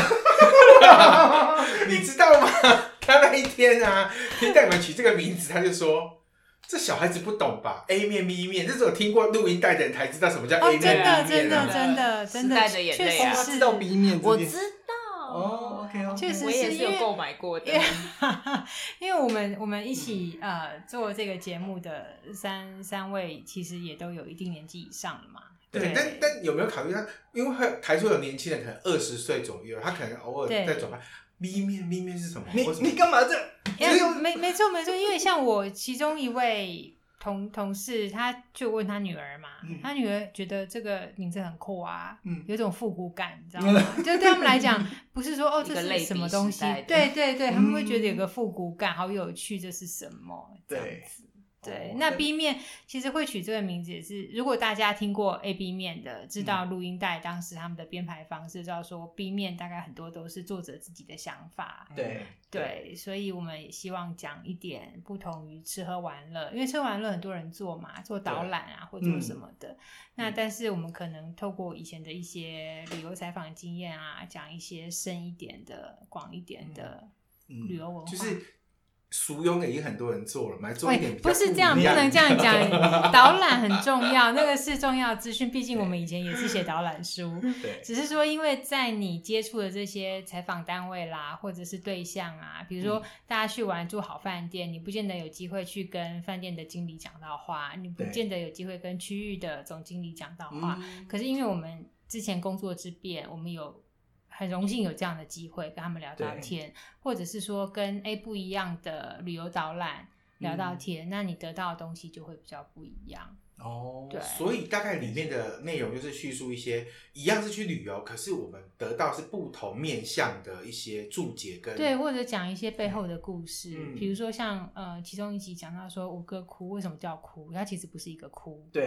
你知道吗？他那一天啊，听到你们取这个名字，他就说。这小孩子不懂吧 ？A 面 B 面，这是有听过录音带的人才知道什么叫 A 面 B 面， 哦，真的真的真的真的， 的眼泪啊， 他知道 B 面， 我知道哦 ，OK OK， 确实我也是有购买过的， 因为我们我们一起呃做这个节目的三三位，其实也都有一定年纪以上了嘛。 对，对但但有没有考虑他？因为台出有年轻人可能二十岁左右，他可能偶尔在转换。B 面 B 面是什么？ 你你干嘛这？ 没没错没错，因为像我其中一位同同事，他就问他女儿嘛，嗯，他女儿觉得这个名字很酷啊，嗯，有种复古感，你知道吗？就对他们来讲，不是说哦这是什么东西，对对对，他们会觉得有个复古感，好有趣，这是什么？这样子。对，那 B 面其实会取这个名字也是，如果大家听过 A B 面的，知道录音带当时他们的编排方式，知道说 B 面大概很多都是作者自己的想法。 对对，所以我们也希望讲一点不同于吃喝玩乐，因为吃喝玩乐很多人做嘛，做导览啊或做什么的。嗯、那但是我们可能透过以前的一些旅游采访经验啊，讲一些深一点的、广一点的旅游文化。 嗯、就是俗庸的已经很多人做了，我们来做一点比较不是这样，不能这样讲。导览很重要，那个是重要资讯。毕竟我们以前也是写导览书， 对， 只是说因为在你接触的这些采访单位啦，或者是对象啊，比如说大家去玩住好饭店，你不见得有机会去跟饭店的经理讲到话，你不见得有机会跟区域的总经理讲到话。可是因为我们之前工作之便，我们有。很荣幸有这样的机会跟他们聊到天，或者是说跟 A 不一样的旅游导览聊到天、嗯、那你得到的东西就会比较不一样哦。对，所以大概里面的内容就是叙述一些一样是去旅游，可是我们得到是不同面向的一些注解跟对，或者讲一些背后的故事，嗯、比如说像呃其中一集讲到说吴哥窟为什么叫窟，它其实不是一个窟， 对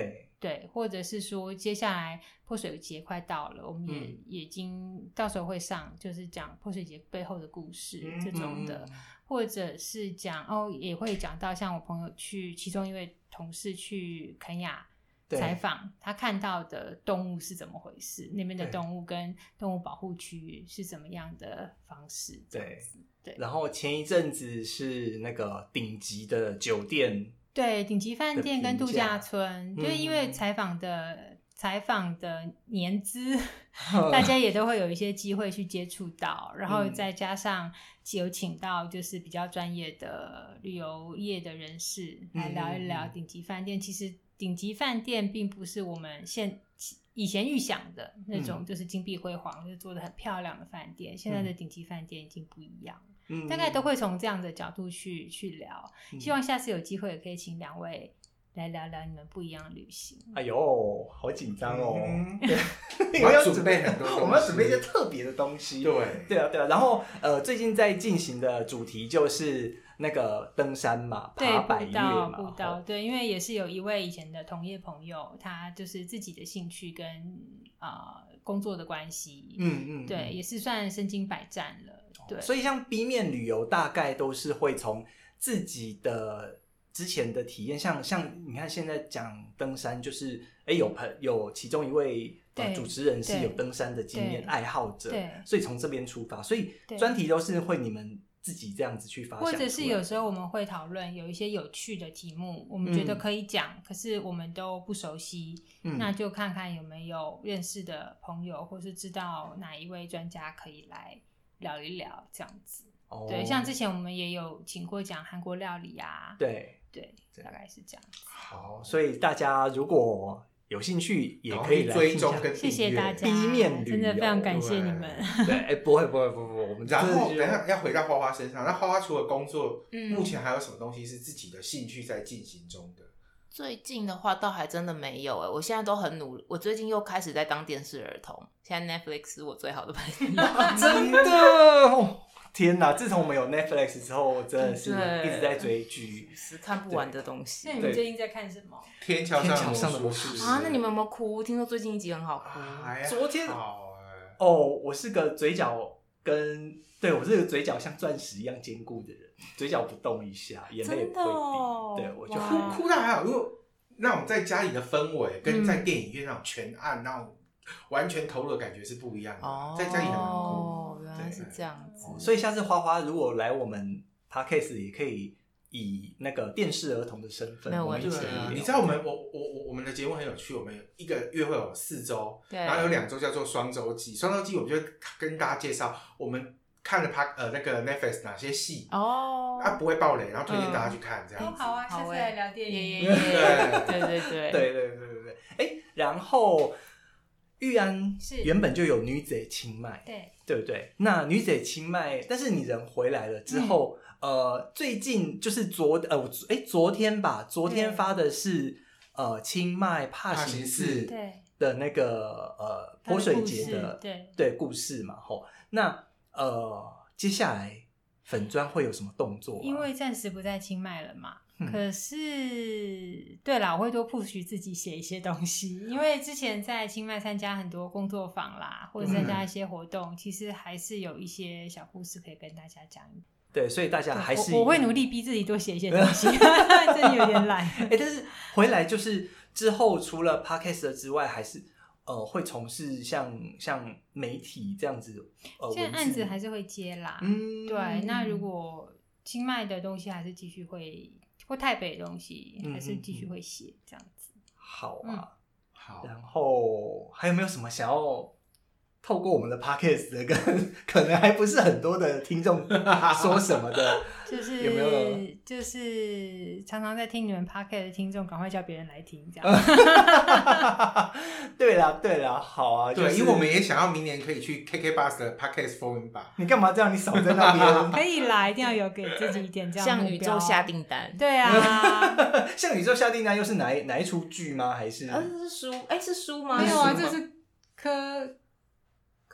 对，或者是说接下来泼水节快到了，我们也、嗯、也已经到时候会上，就是讲泼水节背后的故事、嗯、这种的，或者是讲哦，也会讲到像我朋友去，其中一位同事去肯亚采访，他看到的动物是怎么回事，那边的动物跟动物保护区是怎么样的方式， 对对。然后前一阵子是那个顶级的酒店。 对，顶级饭店跟度假村，就是因为采访的采访的年资，大家也都会有一些机会去接触到，然后再加上有请到就是比较专业的旅游业的人士来聊一聊顶级饭店。其实顶级饭店并不是我们现以前预想的那种，就是金碧辉煌，就是做的很漂亮的饭店。现在的顶级饭店已经不一样了。嗯、大概都会从这样的角度去去聊、嗯、希望下次有机会也可以请两位来聊聊你们不一样的旅行。 哎呦好紧张哦、嗯、 我们要准备很多东西， 我们要准备一些特别的东西。对对啊对啊。然后呃最近在进行的主题就是那个登山嘛，爬百岳嘛， 步道。对，因为也是有一位以前的同业朋友，他就是自己的兴趣跟呃工作的关系，嗯嗯，对，也是算身经百战了。对， 所以像 B 面旅游大概都是会从自己的之前的体验，像像你看现在讲登山，就是哎有朋有其中一位、呃、主持人是有登山的经验爱好者，所以从这边出发，所以专题都是会你们自己这样子去发想， 或者是有时候我们会讨论有一些有趣的题目，我们觉得可以讲、嗯、可是我们都不熟悉、嗯、那就看看有没有认识的朋友或是知道哪一位专家可以来聊一聊这样子、哦、对，像之前我们也有请过讲韩国料理啊， 对对，大概是这样子。 好，所以大家如果有兴趣也可以来追踪跟谢谢大家 B 面旅游， 真的非常感谢你们。 对，哎、欸，不会不会不会，我们然后等一下要回到花花身上，那花花除了工作、嗯，目前还有什么东西是自己的兴趣在进行中的？ 最近的话倒还真的没有哎，我现在都很努力，我最近又开始在当电视儿童，现在 Netflix 是我最好的朋友。 真的、哦、天哪，自从我们有 Netflix 之后，我真的是一直在追剧， 是看不完的东西。 那你们最近在看什么？ 天桥上的魔术师啊？那你们有没有哭？听说最近一集很好哭。 昨天哦，我是个嘴角跟对我是个嘴角像钻石一样坚固的人，嘴角不动一下，眼泪也不会滴。 哦、 对，我就哭哭到还好。如果那种在家里的氛围跟在电影院那种全暗、那种完全投入的感觉是不一样的。哦、在家里很难哭。 哦，原来是这样子。 所以下次花花如果来我们 Podcast 也可以以那个电视儿童的身份， 没有问题。 你知道我们我我我们的节目很有趣，我们一个月会有四周，然后有两周叫做双周记。双周记我们就会跟大家介绍我们看了他呃那个 Netflix 哪些戏哦，啊不会爆雷，然后推荐大家去看、嗯、这样子。 好啊，下次来聊电影。 对对对对对对对对。哎，然后玉安原本就有女贼清迈， 对对不对？那女贼清迈，但是你人回来了之后。嗯呃，最近就是昨呃，哎，昨天吧，昨天发的是呃清迈帕行寺的那个呃泼水节的对对故事嘛，吼。那呃，接下来粉专会有什么动作、啊？ 因为暂时不在清迈了嘛。嗯、可是，对啦，我会多 push 自己写一些东西，因为之前在清迈参加很多工作坊啦，或者参加一些活动，嗯、其实还是有一些小故事可以跟大家讲。 对，所以大家还是我, 我会努力逼自己多写一些东西，真的有点懒。 哎、欸，但是回来就是之后，除了 podcast 之外，还是呃会从事像像媒体这样子。呃， 现在案子还是会接啦。嗯，对。那如果清迈的东西还是继续会，或台北的东西还是继续会写、嗯、这样子。 好啊、嗯，好。然后还有没有什么想要？透过我们的 podcast 的跟可能还不是很多的听众说什么的， 就是有没有？ 就是常常在听你们 podcast 的听众，赶快叫别人来听，这样。 对啦，对啦，好啊， 对，就是、因为我们也想要明年可以去 K K Bus 的 podcast 封音吧。 你干嘛这样？你少在那边。 可以啦，一定要有给自己一点这样的目标。 向宇宙下订单。 对啊。 向宇宙下订单又是哪一哪一出剧吗？还是？ 呃，是书？哎、欸，是书吗？ 没有啊，这是科。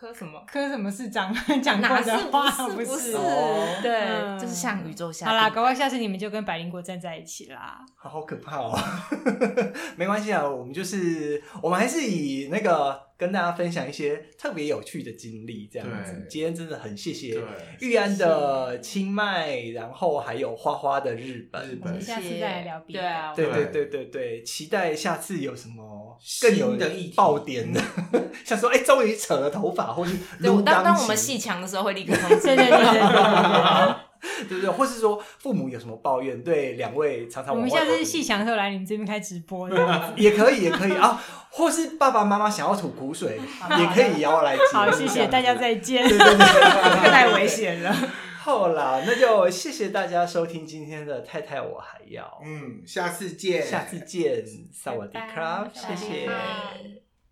柯什么柯什么市长讲过的话， 不是不是， 哦、 对、嗯，就是向宇宙下。 好啦，搞不好下次你们就跟百灵果站在一起啦。 好好可怕哦！没关系啊，我们就是我们还是以那个跟大家分享一些特别有趣的经历，这样子。今天真的很谢谢玉安的清迈，然后还有花花的日本。 日本， 我们下次再来聊别的。对啊， 对对对对对，期待下次有什么更有的爆点的，像说哎，终于扯了头发，或是撸钢琴。 当当我们戏强的时候，会立刻通知。 对对对对对。 对不对？或是说父母有什么抱怨，对两位常常我们下次戏强的时候来你们这边开直播的也可以，也可以啊。或是爸爸妈妈想要吐苦水，也可以邀来。 好，谢谢大家，再见。 对对对， 这个太危险了。 好啦，那就谢谢大家收听今天的太太我还要， 嗯，下次见， 下次见，萨瓦迪卡，谢谢。